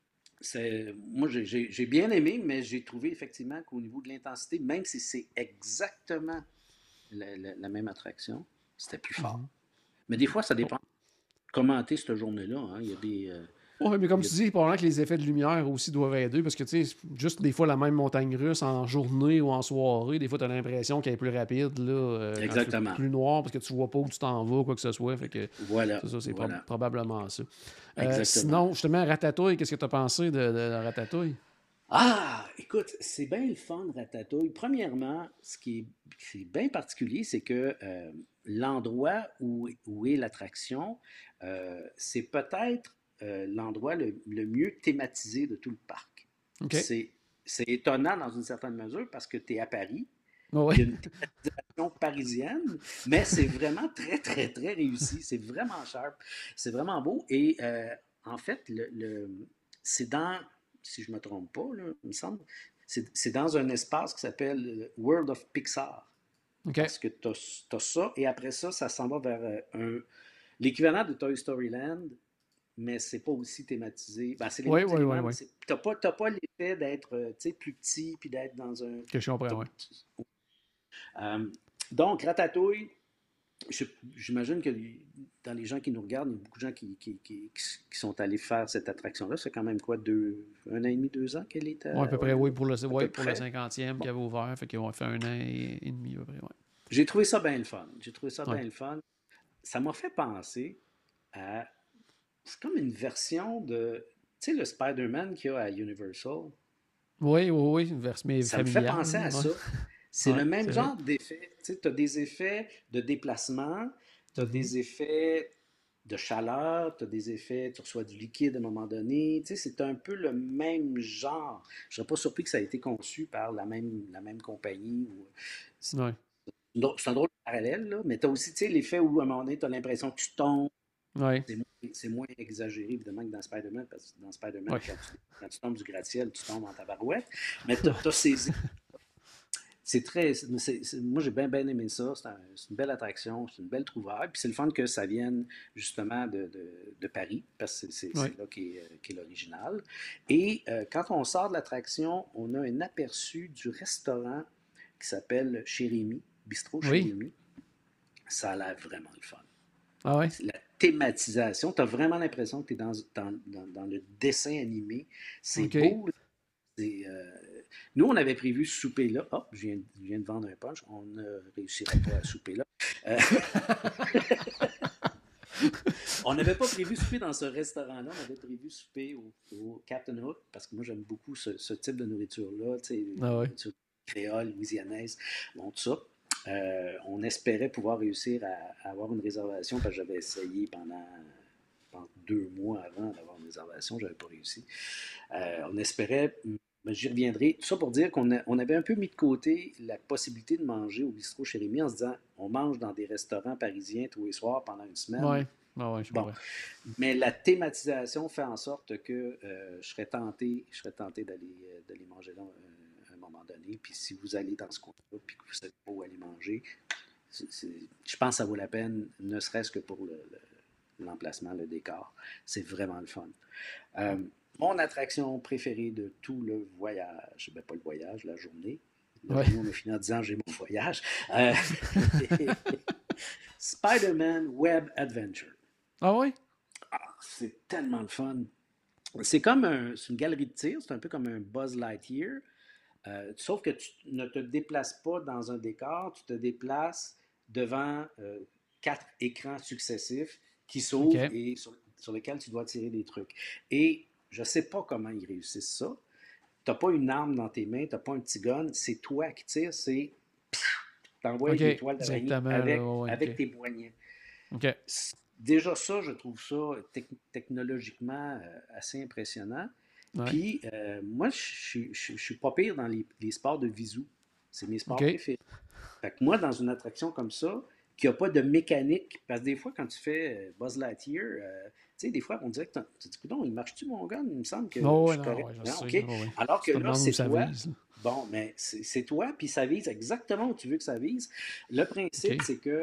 Moi, j'ai bien aimé, mais j'ai trouvé effectivement qu'au niveau de l'intensité, même si c'est exactement la même attraction, c'était plus fort. Mhm. Mais des fois, ça Bon. dépend comment t'es cette journée-là. Hein. Il y a Oui, mais comme tu dis, probablement que les effets de lumière aussi doivent aider parce que, tu sais, juste des fois la même montagne russe en journée ou en soirée, des fois, tu as l'impression qu'elle est plus rapide là, quand il fait Exactement. plus noir parce que tu vois pas où tu t'en vas, quoi que ce soit. Fait que Voilà, c'est ça, c'est voilà, probablement ça. exactement. Sinon, justement, Ratatouille, qu'est-ce que tu as pensé de Ratatouille? Ah, écoute, c'est bien le fun, Ratatouille. Premièrement, c'est bien particulier, c'est que l'endroit où est l'attraction, c'est peut-être l'endroit le mieux thématisé de tout le parc. OK. C'est, c'est étonnant dans une certaine mesure parce que tu es à Paris, Oui. il y a une thématisation parisienne, mais c'est vraiment très, très, très réussi. C'est vraiment sharp, c'est vraiment beau. Et en fait, c'est dans, si je ne me trompe pas, là, il me semble, c'est dans un espace qui s'appelle World of Pixar. OK. Parce que tu as ça, et après ça, ça s'en va vers l'équivalent de Toy Story Land, mais c'est pas aussi thématisé. Ben, c'est les Oui, mêmes oui, oui, éléments, mais oui. t'as pas l'effet d'être plus petit puis d'être dans un. Que je comprends, oui. Euh, donc, Ratatouille, j'imagine que dans les gens qui nous regardent, il y a beaucoup de gens qui sont allés faire cette attraction-là. C'est quand même quoi, un an et demi, 2 ans qu'elle est Oui, à peu près, oui, pour le, à peu pour le près. 50e Bon, qui avait ouvert. Fait qu'ils ont fait un an et demi, à peu près, j'ai trouvé ça bien le fun. J'ai trouvé ça oui. bien le fun. Ça m'a fait penser à. C'est comme une version de. Tu sais, le Spider-Man qu'il y a à Universal. Oui, oui, oui, une version mais Ça me fait familiale, penser à là, ça. ouais. C'est Ouais, le même c'est vrai. genre d'effet. Tu as des effets de déplacement, tu as Mhm. des effets de chaleur, tu as des effets, tu reçois du liquide à un moment donné. Tu sais, c'est un peu le même genre. Je ne serais pas surpris que ça ait été conçu par la même compagnie. Ouais. C'est un drôle de parallèle, là, mais tu as aussi tu sais, l'effet où à un moment donné, tu as l'impression que tu tombes. Ouais. C'est moins exagéré, évidemment, que dans Spider-Man, parce que dans Spider-Man, Ouais. quand tu tombes du gratte-ciel, tu tombes en tabarouette. Mais tu as ces c'est très. Moi, j'ai bien aimé ça. C'est une belle attraction, c'est une belle trouvaille. Puis c'est le fun que ça vienne justement de Paris, parce que Ouais. c'est là qu'est l'original. Et quand on sort de l'attraction, on a un aperçu du restaurant qui s'appelle Chez Rémy, Bistrot Chez Oui. Rémy. Ça a l'air vraiment le fun. Ah ouais? La thématisation, tu as vraiment l'impression que tu es dans le dessin animé. C'est OK. beau, nous, on avait prévu ce souper-là. Oh, je viens de vendre un punch. On ne réussira pas à souper là. Euh, on n'avait pas prévu souper dans ce restaurant-là. On avait prévu souper au Captain Hook parce que moi, j'aime beaucoup ce type de nourriture-là. Tu sais, Ah ouais. nourriture créole, louisianaise, bon, tout ça. On espérait pouvoir réussir à avoir une réservation parce que j'avais essayé pendant 2 mois avant d'avoir une réservation. Je n'avais pas réussi. On espérait, mais j'y reviendrai. Tout ça pour dire on avait un peu mis de côté la possibilité de manger au bistrot chez Rémy en se disant on mange dans des restaurants parisiens tous les soirs pendant une semaine. Ouais. Ah ouais, je Bon, comprends. mais la thématisation fait en sorte que je serais tenté d'aller manger là à un moment donné. Puis si vous allez dans ce coin-là, puis que vous ne savez pas où aller manger, je pense que ça vaut la peine, ne serait-ce que pour l'emplacement, le décor. C'est vraiment le fun. Euh, Mon attraction préférée de tout le voyage, ben pas le voyage, la journée. La Ouais. journée, on a fini en disant j'ai mon voyage. Euh, Spider-Man Web Adventure. Ah ouais? Ah, c'est tellement le fun. C'est une galerie de tir, c'est un peu comme un Buzz Lightyear, sauf que tu ne te déplaces pas dans un décor, tu te déplaces devant 4 écrans successifs qui s'ouvrent OK. et sur lesquels tu dois tirer des trucs. Et je ne sais pas comment ils réussissent ça. Tu n'as pas une arme dans tes mains, tu n'as pas un petit gun, c'est toi qui tires, c'est t'envoies OK. des toiles d'araignée Directement, là. Ouais, avec OK. tes poignets. OK. Déjà ça, je trouve ça technologiquement assez impressionnant. Ouais. Puis moi, je suis pas pire dans les sports de visu. C'est mes sports OK. préférés. Fait que moi, dans une attraction comme ça, qui n'a pas de mécanique, parce que des fois, quand tu fais Buzz Lightyear, tu sais, des fois, on dirait que tu dis, coudonc, il marche-tu mon gun? Il me semble que je Oh, ouais, suis non, correct. ouais, je Non, sais. OK. Oh, ouais. Alors Tu que te là, demandes où c'est ça toi. vise, là. Bon, mais c'est toi, puis ça vise exactement où tu veux que ça vise. Le principe, OK. c'est que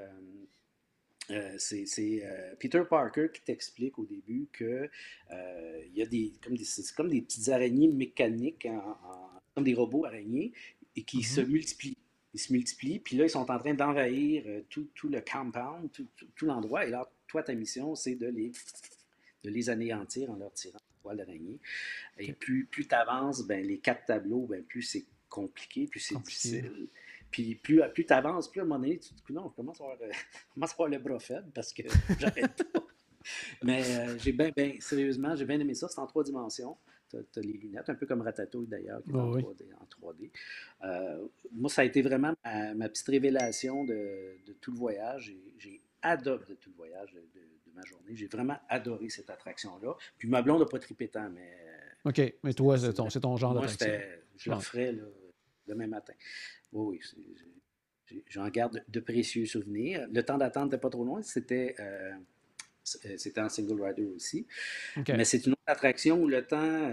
c'est Peter Parker qui t'explique au début que il y a c'est comme des petites araignées mécaniques, comme des robots araignées, et qui se Mhm. multiplient. Ils se multiplient, puis là, ils sont en train d'envahir tout le compound, tout l'endroit. Et là, toi, ta mission, c'est de de les anéantir en leur tirant une toile d'araignée. Et OK. plus tu avances, ben, les 4 tableaux, ben, plus c'est compliqué, plus c'est Compliqué. difficile. Puis plus tu avances, plus à un moment donné, tu te dis, non, je commence à avoir le bras faible parce que j'arrête pas. Mais sérieusement, j'ai bien aimé ça. C'est en 3 dimensions. Tu as les lunettes, un peu comme Ratatouille d'ailleurs, qui est Oui, oui. en 3D. Moi, ça a été vraiment ma petite révélation de tout le voyage. J'ai adoré de tout le voyage de ma journée. J'ai vraiment adoré cette attraction-là. Puis ma blonde n'a pas trippé tant, mais OK. Mais toi, c'est c'est ton genre moi, d'attraction. je le Ouais. referais là, demain matin. Oui, oui. J'en garde de précieux souvenirs. Le temps d'attente n'était pas trop loin. C'était en single rider aussi. OK. Mais c'est une autre attraction où le temps,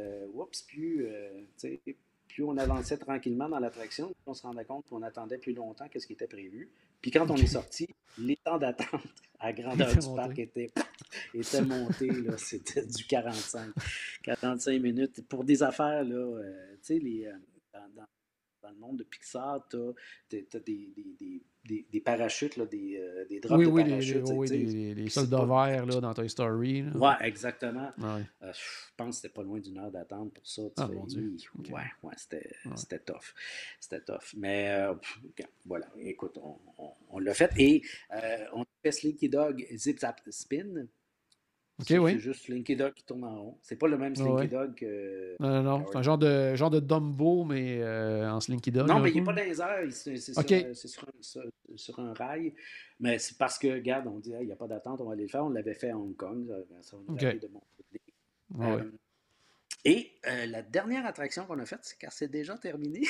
plus on avançait tranquillement dans l'attraction, on se rendait compte qu'on attendait plus longtemps que ce qui était prévu. Puis quand on OK. est sorti, les temps d'attente à la Il grandeur était du parc monté. étaient montés. Là, c'était du 45 minutes. Pour des affaires, là, tu sais, dans le monde de Pixar, tu as des parachutes, là, des drops Oui, de oui, parachutes. oui, Tu sais, les c'est soldats pas. verts là, dans Toy Story. Là. Ouais, exactement. Ouais. Je pense que c'était pas loin d'1 heure d'attente pour ça. Tu Ah, fais, mon Dieu. OK. ouais, Ouais. c'était tough. C'était tough. Mais voilà, écoute, on l'a fait. Et on a fait Slinky Dog Zip Zap Spin. OK, Ça, c'est oui. juste Slinky Dog qui tourne en rond. C'est pas le même Ouais, Slinky ouais. Dog que Non, non, non. C'est Tower un of Terror. genre de Dumbo, mais en Slinky Dog Non, un mais il n'est peu. pas dans les airs, c'est OK. sur un rail. Mais c'est parce que, regarde, on dit, hey, il n'y a pas d'attente, on va aller le faire. On l'avait fait à Hong Kong, ça nous OK. avait de mon côté. Ouais, ouais. Et la dernière attraction qu'on a faite, c'est car c'est déjà terminé.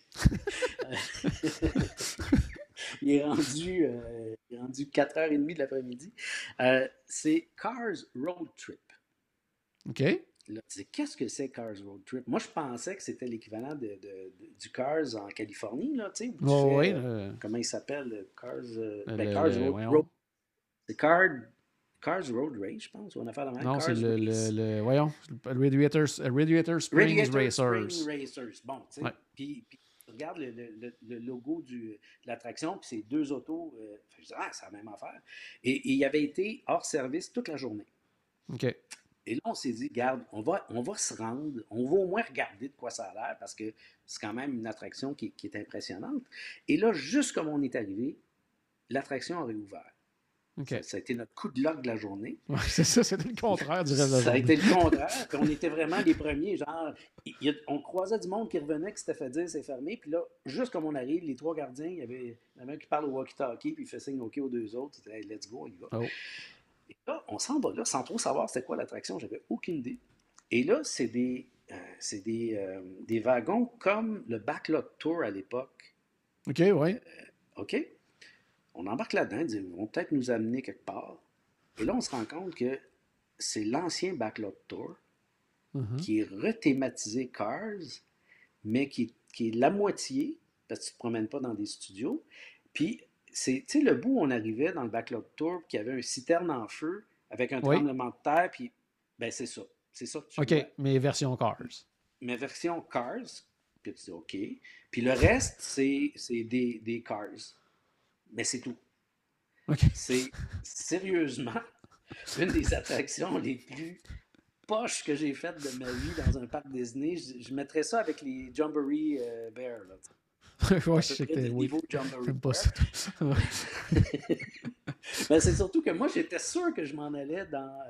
Il est rendu 4h30 de l'après-midi. C'est Cars Road Trip. OK. Là, tu dis, qu'est-ce que c'est Cars Road Trip? Moi, je pensais que c'était l'équivalent du Cars en Californie, là, tu sais, où tu Ouais, ouais. fais, comment il s'appelle, Cars Road. Voyons. C'est Cars Road Race, je pense, ou on a fait la même. Non, c'est Cars Race. voyons, Radiator Springs Radiator Spring Racers. Racers. Bon, tu Ouais. sais, puis tu regardes le logo de l'attraction, puis c'est 2 autos. Je dis, ah, c'est la même affaire. Et il avait été hors service toute la journée. OK. Et là, on s'est dit, regarde, on va se rendre, on va au moins regarder de quoi ça a l'air, parce que c'est quand même une attraction qui est impressionnante. Et là, juste comme on est arrivé, l'attraction a réouvert. OK. Ça a été notre coup de luck de la journée. Ouais, c'est ça, c'était le contraire du reste de la Ça a journée. été le contraire. Puis on était vraiment les premiers. Genre, on croisait du monde qui revenait, qui s'était fait dire c'est fermé. Puis là, juste comme on arrive, les 3 gardiens, il y avait un qui parle au walkie-talkie, puis il fait signe OK aux 2 autres. Il dit, hey, let's go, on y va. Oh. Et là, on s'en va là, sans trop savoir c'était quoi l'attraction. J'avais aucune idée. Et là, c'est des wagons comme le Backlot Tour à l'époque. OK, ouais. OK? On embarque là-dedans, ils vont peut-être nous amener quelque part. Et là, on se rend compte que c'est l'ancien Backlot Tour qui est rethématisé Cars, mais qui est la moitié, parce que tu ne te promènes pas dans des studios. Puis, tu sais, le bout où on arrivait dans le Backlot Tour, qui avait un citerne en feu, avec un Oui. tremblement de terre, puis, ben c'est ça. C'est ça que tu OK, vois. mais version Cars. Mais version Cars, puis tu dis OK. Puis le reste, c'est des Cars. Mais c'est tout. OK. C'est sérieusement une des attractions les plus poches que j'ai faites de ma vie dans un parc Disney. Je mettrais ça avec les Jamboree Bear. Là, ouais, à je peu sais près que du oui. niveau Jamboree J'aime pas Bear. ça. Ben, c'est surtout que moi, j'étais sûr que je m'en allais dans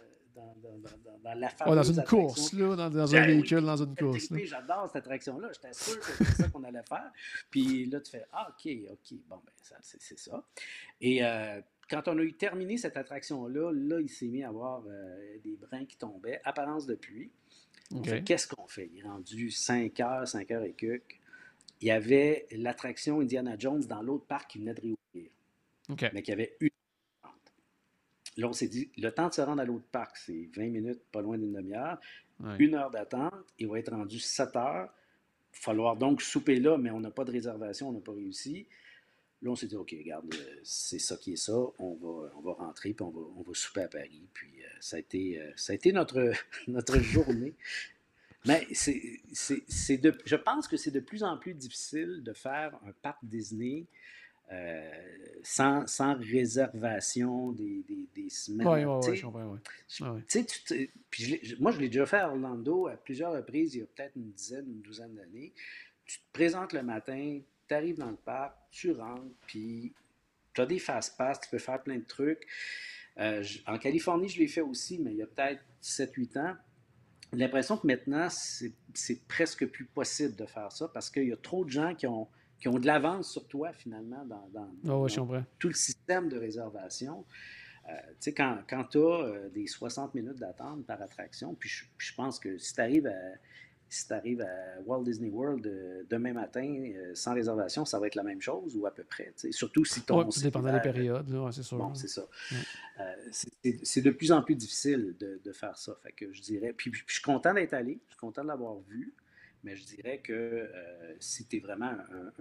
la fameuse Dans une attraction. course, là, dans un véhicule, dans une course. Là. J'adore cette attraction-là. J'étais sûr que c'est ça qu'on allait faire. Puis là, tu fais ah, OK. Bon, ben, c'est ça. Et quand on a eu terminé cette attraction-là, là, il s'est mis à avoir des brins qui tombaient, apparence de pluie. On fait, qu'est-ce qu'on fait? Il est rendu 5 heures et quelques. Il y avait l'attraction Indiana Jones dans l'autre parc qui venait de réouvrir. Mais qui avait une heure. Là, on s'est dit, le temps de se rendre à l'autre parc, c'est 20 minutes, pas loin d'une demi-heure. Ouais. 1 heure d'attente. Il va être rendu 7 heures. Il va falloir donc souper là, mais on n'a pas de réservation, on n'a pas réussi. Là, on s'est dit, OK, regarde, c'est ça qui est ça. On va rentrer, puis on va souper à Paris. Puis ça a été notre journée. Mais je pense que c'est de plus en plus difficile de faire un parc Disney euh, sans réservation des Oui, oui, semaines. oui, je Tu comprends, oui. sais, Ah, oui. puis moi, je l'ai déjà fait à Orlando à plusieurs reprises, il y a peut-être une douzaine d'années. Tu te présentes le matin, tu arrives dans le parc, tu rentres, puis tu as des fast-pass, tu peux faire plein de trucs. En Californie, je l'ai fait aussi, mais il y a peut-être 7 8 ans. J'ai l'impression que maintenant, c'est presque plus possible de faire ça parce qu'il y a trop de gens qui ont de l'avance sur toi, finalement, Ah, oui, je dans comprends. tout le système de réservation. Tu sais, quand tu as des 60 minutes d'attente par attraction, puis je pense que si tu arrives à Walt Disney World demain matin sans réservation, ça va être la même chose ou à peu près. Tu sais. Surtout si Oui, ton tout dépendant des cellulaire. périodes, là, ouais, c'est sûr. Bon, c'est ça. Ouais. C'est de plus en plus difficile de faire ça. Fait que je dirais. Puis je suis content d'être allé, je suis content de l'avoir vu, mais je dirais que si tu es vraiment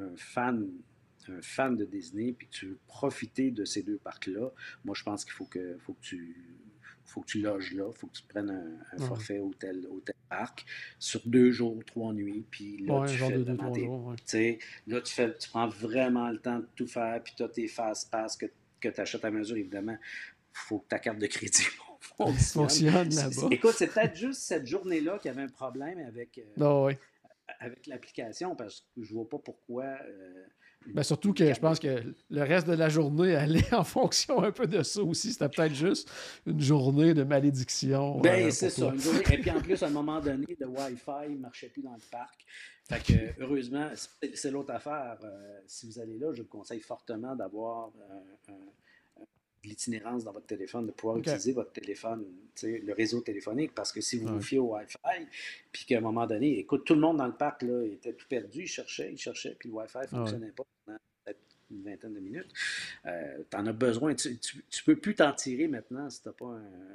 un fan de Disney, puis que tu veux profiter de ces deux parcs-là, moi je pense qu'il faut que tu loges là, il faut que tu prennes un Ouais. forfait hôtel parc sur 2 jours, 3 nuits, puis là Ouais, tu genre fais de deux, vraiment trois tes. jours, ouais. Tu sais, là tu prends vraiment le temps de tout faire, puis tu as tes fast-pass que tu achètes à mesure, évidemment. Il faut que ta carte de crédit fonctionne. Fonctionne là-bas. Écoute, c'est peut-être juste cette journée-là qu'il y avait un problème Non, oui. avec l'application, parce que je vois pas pourquoi Ben, surtout une que je carte de pense que le reste de la journée allait en fonction un peu de ça aussi. C'était peut-être juste une journée de malédiction Ben, c'est pour ça, toi. une journée. Et puis en plus, à un moment donné, le Wi-Fi ne marchait plus dans le parc. Fait que, heureusement, c'est l'autre affaire. Si vous allez là, je vous conseille fortement d'avoir de l'itinérance dans votre téléphone, de pouvoir OK. utiliser votre téléphone, le réseau téléphonique, parce que si vous vous Ouais. fiez au Wi-Fi, puis qu'à un moment donné, écoute, tout le monde dans le parc là, était tout perdu, il cherchait, puis le Wi-Fi ne Ouais. fonctionnait pas pendant peut-être une vingtaine de minutes. Tu en as besoin. Tu peux plus t'en tirer maintenant si tu n'as pas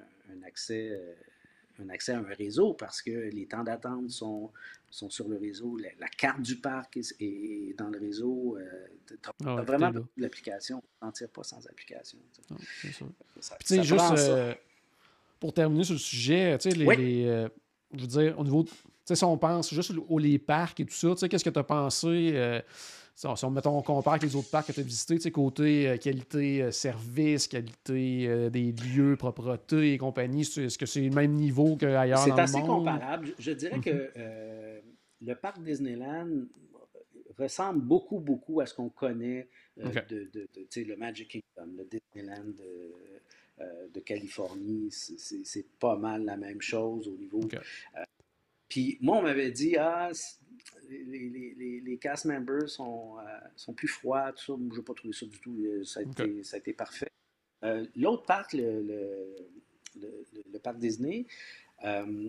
un accès à un réseau parce que les temps d'attente sont sur le réseau. La carte du parc est dans le réseau. Tu Ah, as ouais, tout vraiment est là. besoin de l'application. Tu n'en tires pas sans application. Non, c'est sûr. Ça, Puis, tu sais, ça juste prend ça. pour terminer sur le sujet, tu sais, Oui. je veux dire, au niveau. Tu sais, si on pense juste aux les parcs et tout ça, tu sais, qu'est-ce que tu as pensé mettons, on compare avec les autres parcs que tu as visités, tu sais, côté qualité service, qualité des lieux, propreté et compagnie, est-ce que c'est le même niveau qu'ailleurs C'est dans le assez monde? comparable. Je dirais Mhm. que le parc Disneyland ressemble beaucoup, beaucoup à ce qu'on connaît OK. tu sais, le Magic Kingdom, le Disneyland de Californie. C'est pas mal la même chose au niveau. OK. Puis moi, on m'avait dit, les cast members sont plus froids, tout ça. Moi, je n'ai pas trouvé ça du tout. OK. Ça a été parfait. L'autre parc, le parc Disney, euh,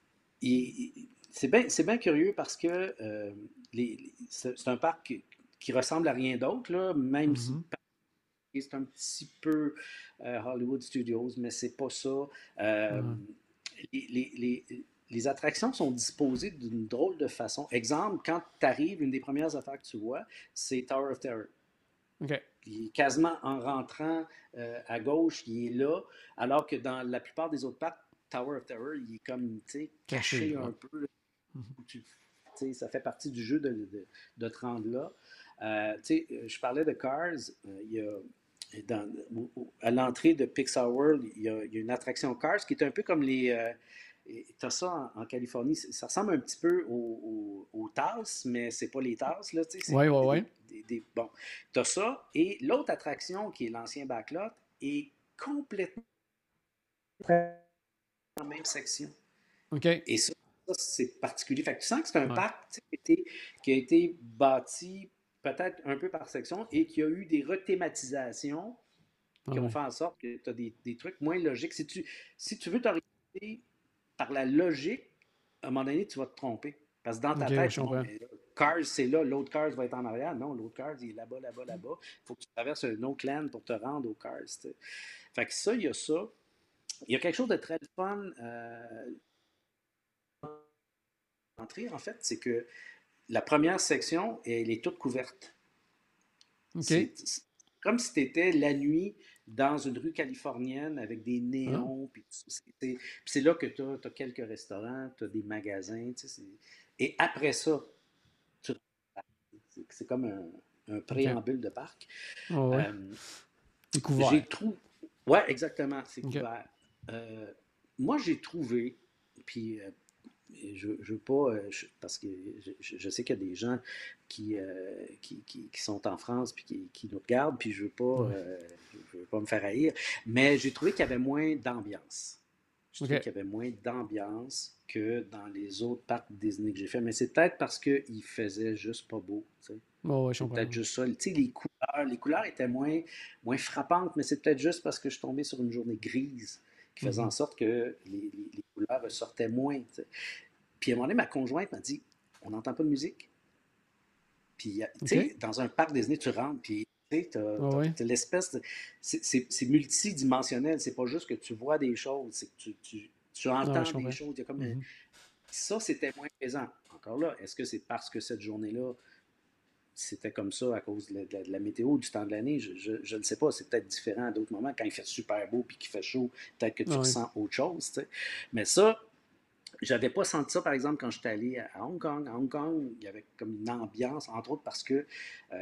c'est bien curieux parce que c'est un parc qui ressemble à rien d'autre, là, même si Mhm. c'est un petit peu Hollywood Studios, mais c'est pas ça. Euh, Ouais. les attractions sont disposées d'une drôle de façon. Exemple, quand tu arrives, une des premières affaires que tu vois, c'est Tower of Terror. OK. Il est quasiment en rentrant à gauche, il est là, alors que dans la plupart des autres parcs, Tower of Terror, il est comme Caché, caché ouais. un peu. Là. Mhm. Ça fait partie du jeu de te rendre là. Je parlais de Cars. Il y a, à l'entrée de Pixar World, il y a une attraction Cars qui est un peu comme les. Tu as ça en Californie. Ça ressemble un petit peu aux tasses, mais c'est pas les tasses. Là, c'est Ouais, ouais, ouais. bon. Tu as ça. Et l'autre attraction, qui est l'ancien backlot, est complètement dans la même section. OK. Et ça c'est particulier. Fait que tu sens que c'est un Ouais. parc qui a été bâti peut-être un peu par section et qui a eu des rethématisations qui ont Ouais. fait en sorte que tu as des trucs moins logiques. Si tu veux t'orienter par la logique, à un moment donné, tu vas te tromper. Parce que dans OK, ta ouais, tête, je bon, comprends. mais Cars, c'est là, l'autre Cars va être en arrière. Non, l'autre Cars, il est là-bas, là-bas, là-bas. Il faut que tu traverses un autre land pour te rendre au Cars. T'sais. Fait que ça, il y a ça. Il y a quelque chose de très fun en fait, c'est que la première section, elle est toute couverte. OK. C'est comme si tu étais la nuit dans une rue californienne avec des Ah. néons. Puis c'est là que tu as quelques restaurants, tu as des magasins. Et après ça, tu c'est comme un OK. préambule de parc. Ah ouais. Euh, C'est couvert. j'ai trouvé. Ouais, exactement, c'est OK. couvert. Moi, j'ai trouvé, puis je veux pas, parce que je sais qu'il y a des gens qui sont en France puis qui nous regardent, puis Ouais. je veux pas me faire haïr, mais j'ai trouvé qu'il y avait moins d'ambiance. Je trouvais OK. qu'il y avait moins d'ambiance que dans les autres parcs Disney que j'ai fait, mais c'est peut-être parce qu'il faisait juste pas beau, tu sais. Ouais, ouais, je C'est comprends. peut-être juste ça. Tu sais, les couleurs étaient moins frappantes, mais c'est peut-être juste parce que je suis tombé sur une journée grise qui faisait en sorte que les couleurs ressortaient moins, tu sais. Puis à un moment donné, ma conjointe m'a dit, on n'entend pas de musique. Puis, tu OK. sais, dans un parc Disney, tu rentres, puis tu sais, Ouais, ouais. t'as l'espèce de... C'est multidimensionnel, c'est pas juste que tu vois des choses, c'est que tu Ah ouais, entends je des comprends. choses. Il y a comme ça, c'était moins présent. Encore là, est-ce que c'est parce que cette journée-là, c'était comme ça à cause de la météo du temps de l'année? Je ne sais pas. C'est peut-être différent à d'autres moments. Quand il fait super beau puis qu'il fait chaud, peut-être que tu Ah ouais. ressens autre chose. Tu sais. Mais ça, j'avais pas senti ça, par exemple, quand j'étais allé à Hong Kong. À Hong Kong, il y avait comme une ambiance, entre autres parce que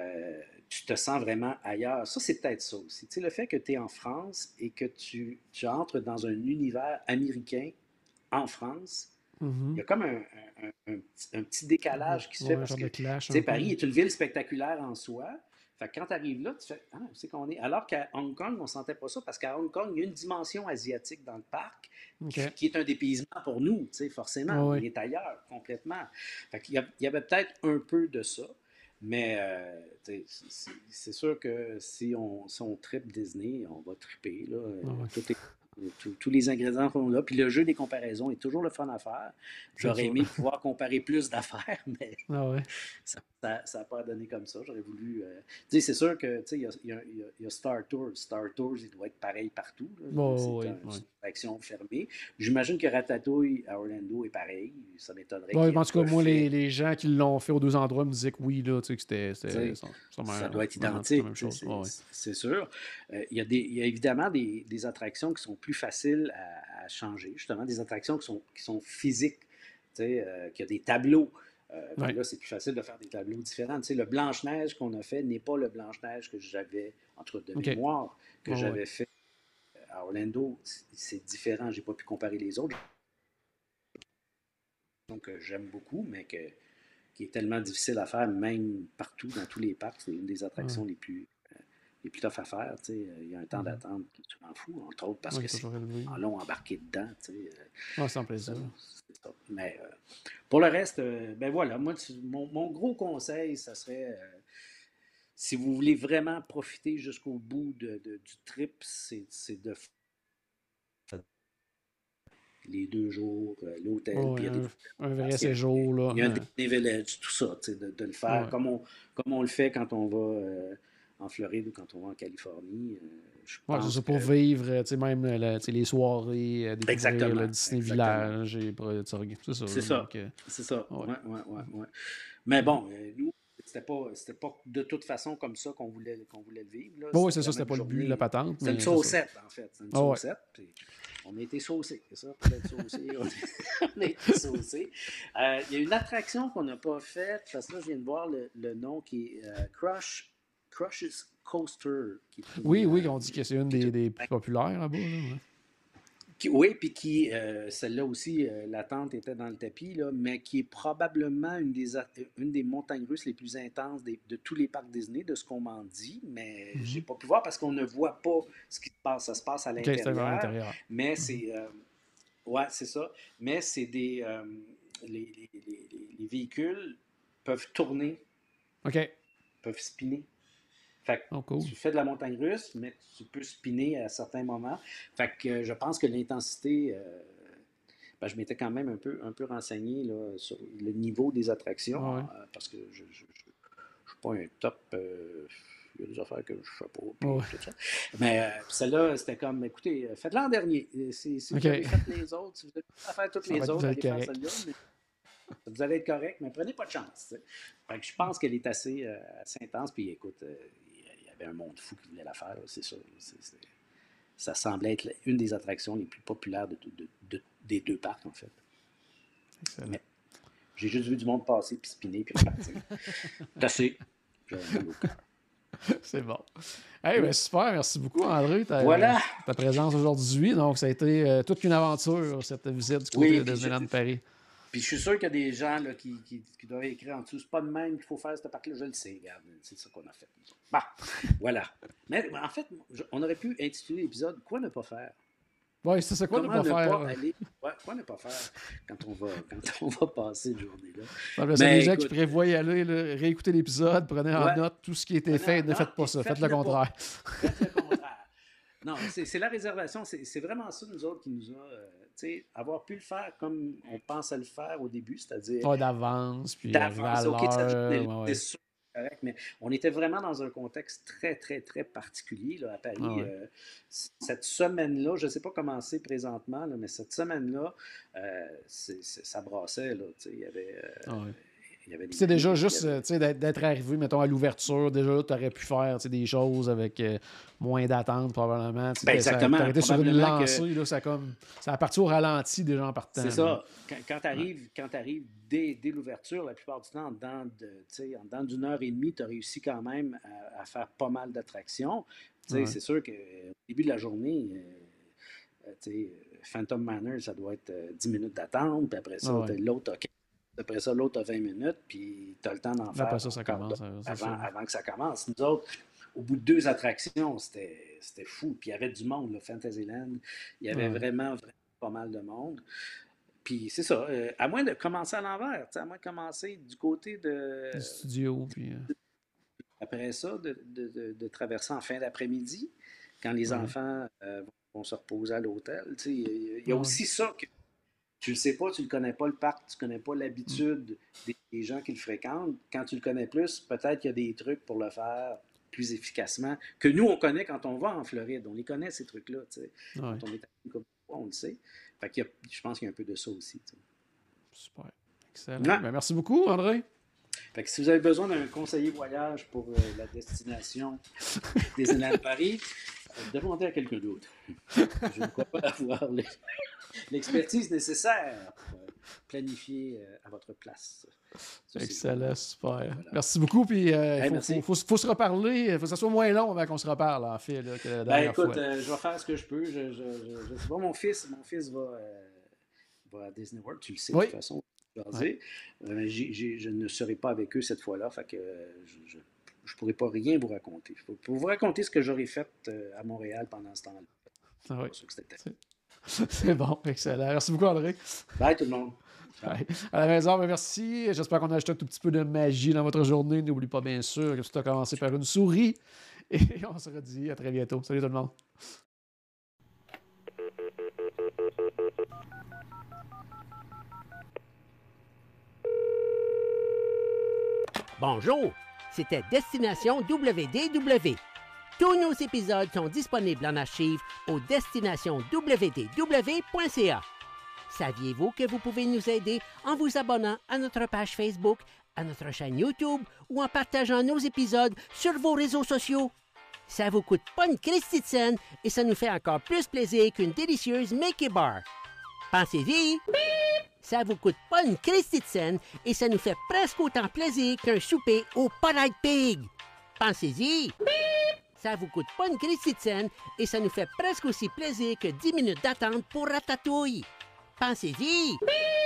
tu te sens vraiment ailleurs. Ça, c'est peut-être ça aussi. Tu sais, le fait que tu es en France et que tu entres dans un univers américain en France, il y a comme un petit décalage qui se Ouais, fait un parce genre que, de tu clash un sais, peu. Paris est une ville spectaculaire en soi. Fait que quand tu arrives là, tu fais, ah, où c'est qu'on est? Alors qu'à Hong Kong, on ne sentait pas ça parce qu'à Hong Kong, il y a une dimension asiatique dans le parc OK. qui est un dépaysement pour nous, tu sais, Ouais, forcément. On ouais. est ailleurs complètement. Fait qu'il y avait peut-être un peu de ça. Mais c'est sûr que si on tripe Disney, on va triper. Là. Ah ouais. Tous les ingrédients qu'on a. Puis le jeu des comparaisons est toujours le fun à faire. C'est J'aurais sûr. aimé pouvoir comparer plus d'affaires, mais Ah ouais. ça n'a pas donné comme ça. J'aurais voulu. Tu sais, c'est sûr que il y a Star Tours. Star Tours, il doit être pareil partout. Là. Bon, ouais, C'est ouais. une attraction fermée. J'imagine que Ratatouille à Orlando est pareil. Ça m'étonnerait Ouais, qu'il ait en tout cas, moi, refait. les gens qui l'ont fait aux deux endroits me disaient que oui, là, tu sais, que Tu c'était sais, ça sûrement doit être vraiment toute la identique, même chose. Ouais, ouais. c'est sûr. Il y a évidemment des attractions qui sont plus faciles à changer, justement, des attractions qui sont physiques, tu sais, qu'il y a des tableaux. Puis Ouais. là, c'est plus facile de faire des tableaux différents. Tu sais, le Blanche-Neige qu'on a fait n'est pas le Blanche-Neige que j'avais, en tout cas de OK. mémoire, que Ouais, ouais. j'avais fait à Orlando. C'est différent, j'ai pas pu comparer les autres. Donc, j'aime beaucoup, mais qui est tellement difficile à faire, même partout, dans tous les parcs. C'est une des Ouais. attractions les plus tough à faire. Tu sais. Il y a un temps d'attente qui est souvent fou, entre autres parce Ouais, qui que est c'est toujours élevé. en long embarqué dedans. Tu sais. Ouais, c'est un plaisir. C'est ça. Mais pour le reste, ben voilà, moi, mon gros conseil, ça serait, si vous voulez vraiment profiter jusqu'au bout du trip, c'est de faire les 2 jours, l'hôtel, Ouais, puis il y a des un vrai places, séjour, là. il y a un Disney Village, tout ça, tu sais, de le faire Ouais. comme on le fait quand on va en Floride ou quand on va en Californie. Je Ouais, c'est pense ça, que... pour vivre, tu sais, même tu sais, les soirées, découvrir le Exactement, Disney exactement. Village, et, c'est ça, C'est là, ça, donc, c'est ça. ouais. Ouais, ouais, ouais, ouais. Mais bon, nous, c'était pas de toute façon comme ça qu'on voulait le vivre. Là. Bon, ouais, C'était c'est ça, vraiment c'était une pas le but de la journée. patente, C'était une mais c'est ça. saucette, en fait. C'était une Ah ouais. saucette. Puis on a été saucés, c'est ça, pour être saucés. On a été saucés. Il y a une attraction qu'on n'a pas faite, parce que là, je viens de voir le nom qui est Crush's Coaster, qui est Oui, oui, on dit que c'est une qui est des plus populaires là-bas, là. Ouais. oui, puis celle-là aussi, l'attente était dans le tapis, là, mais qui est probablement une des montagnes russes les plus intenses de tous les parcs Disney, de ce qu'on m'en dit, mais j'ai pas pu voir parce qu'on ne voit pas ce qui se passe. Ça se passe à OK, c'était vers l'intérieur, l'intérieur. mais ouais, c'est ça. Mais c'est les véhicules peuvent tourner, OK. peuvent spinner. Fait que Oh, cool. tu fais de la montagne russe, mais tu peux spinner à certains moments. Fait que je pense que l'intensité, ben, je m'étais quand même un peu renseigné là, sur le niveau des attractions, Ouais. parce que je ne suis pas un top. Il y a des affaires que je ne fais pas, puis Ouais. tout ça. Mais celle-là, c'était comme, écoutez, faites-la l'an dernier. Si OK. vous avez fait les autres, si vous avez à faire toutes Ça va les être, vous autres, allez être allez faire correct. celle-là. Mais vous allez être correct, mais prenez pas de chance. Fait que je pense qu'elle est assez intense. Puis écoute, il y avait un monde fou qui voulait la faire, c'est sûr. Ça semblait être une des attractions les plus populaires des 2 parcs, en fait. Excellent. Mais j'ai juste vu du monde passer, puis spinner, puis repartir. C'est assez. J'avais mal au cœur. C'est bon. Hey, ben super, merci beaucoup, André. Voilà. Ta présence aujourd'hui. Donc, ça a été toute une aventure, cette visite du côté de Disneyland Paris. Puis je suis sûr qu'il y a des gens là, qui doivent écrire en dessous. C'est pas de même qu'il faut faire ce parc-là. Je le sais, regarde. C'est ça qu'on a fait. Bah, voilà. Mais en fait, on aurait pu intituler l'épisode Quoi ne pas faire? Oui, c'est ça, quoi ne pas faire? Quoi ne pas faire quand on va passer une journée là? C'est des gens qui prévoient y aller, là, réécouter l'épisode, prenez en note tout ce qui a été fait, ne faites pas ça, faites le contraire. Faites le contraire. Non, c'est la réservation, c'est vraiment ça, nous autres, qui nous a, avoir pu le faire comme on pensait le faire au début, c'est-à-dire... Pas d'avance, puis d'avance, OK, c'est sûr. Correct, mais on était vraiment dans un contexte très, très, très particulier là, à Paris. Cette semaine-là, je ne sais pas comment c'est présentement, là, mais cette semaine-là, ça brassait. Là, il y avait... C'est déjà juste d'être arrivé, mettons, à l'ouverture, déjà, tu aurais pu faire des choses avec moins d'attente, probablement. Exactement. Tu aurais été sur une lancée, là, ça a parti au ralenti déjà en partant. C'est ça. Quand tu arrives dès l'ouverture, la plupart du temps, en dedans d'une heure et demie, tu as réussi quand même à faire pas mal d'attractions. C'est sûr qu'au début de la journée, Phantom Manor, ça doit être 10 minutes d'attente, puis après ça, l'autre a après ça, l'autre a 20 minutes, puis tu as le temps d'en faire. Après ça commence. Avant que ça commence. Nous autres, au bout de 2 attractions, c'était fou. Puis il y avait du monde, là, Fantasyland. Il y avait vraiment pas mal de monde. Puis c'est ça. À moins de commencer à l'envers, à moins de commencer du côté du studio. Puis... Après ça, de traverser en fin d'après-midi, quand les enfants vont se reposer à l'hôtel. Il y a aussi ça que tu le sais pas, tu le connais pas le parc, tu connais pas l'habitude des gens qui le fréquentent. Quand tu le connais plus, peut-être qu'il y a des trucs pour le faire plus efficacement que nous, on connaît quand on va en Floride. On les connaît, ces trucs-là. Quand on est à comme on le sait. Fait que je pense qu'il y a un peu de ça aussi. Super. Excellent. Ben, merci beaucoup, André. Fait que si vous avez besoin d'un conseiller voyage pour la destination Disneyland Paris, demandez à quelqu'un d'autre. Je ne crois pas avoir l'expertise nécessaire pour planifier à votre place. Ça, excellent, super. Voilà. Merci beaucoup. Puis il faut se reparler. Il faut que ça soit moins long avant qu'on se reparle, en fait. Là, que la dernière écoute, fois. Je vais faire ce que je peux. Je sais pas, mon fils va à Disney World, tu le sais de toute façon. Je ne serai pas avec eux cette fois-là. Fait que je ne pourrai pas rien vous raconter. Pour vous raconter ce que j'aurais fait à Montréal pendant ce temps-là. C'est bon, excellent. Merci beaucoup, André. Bye tout le monde. À la maison, merci. J'espère qu'on a ajouté un tout petit peu de magie dans votre journée. N'oublie pas, bien sûr, que tu as commencé par une souris. Et on se redit à très bientôt. Salut tout le monde. Bonjour, c'était Destination WDW. Tous nos épisodes sont disponibles en archive au destinationwdw.ca. Saviez-vous que vous pouvez nous aider en vous abonnant à notre page Facebook, à notre chaîne YouTube ou en partageant nos épisodes sur vos réseaux sociaux? Ça vous coûte pas une Christie de scène et ça nous fait encore plus plaisir qu'une délicieuse Mickey Bar. Pensez-y! Ça vous coûte pas une Christie de scène et ça nous fait presque autant plaisir qu'un souper au Polite Pig. Pensez-y! Ça vous coûte pas une Christie de scène et ça nous fait presque aussi plaisir que 10 minutes d'attente pour Ratatouille. Pensez-y!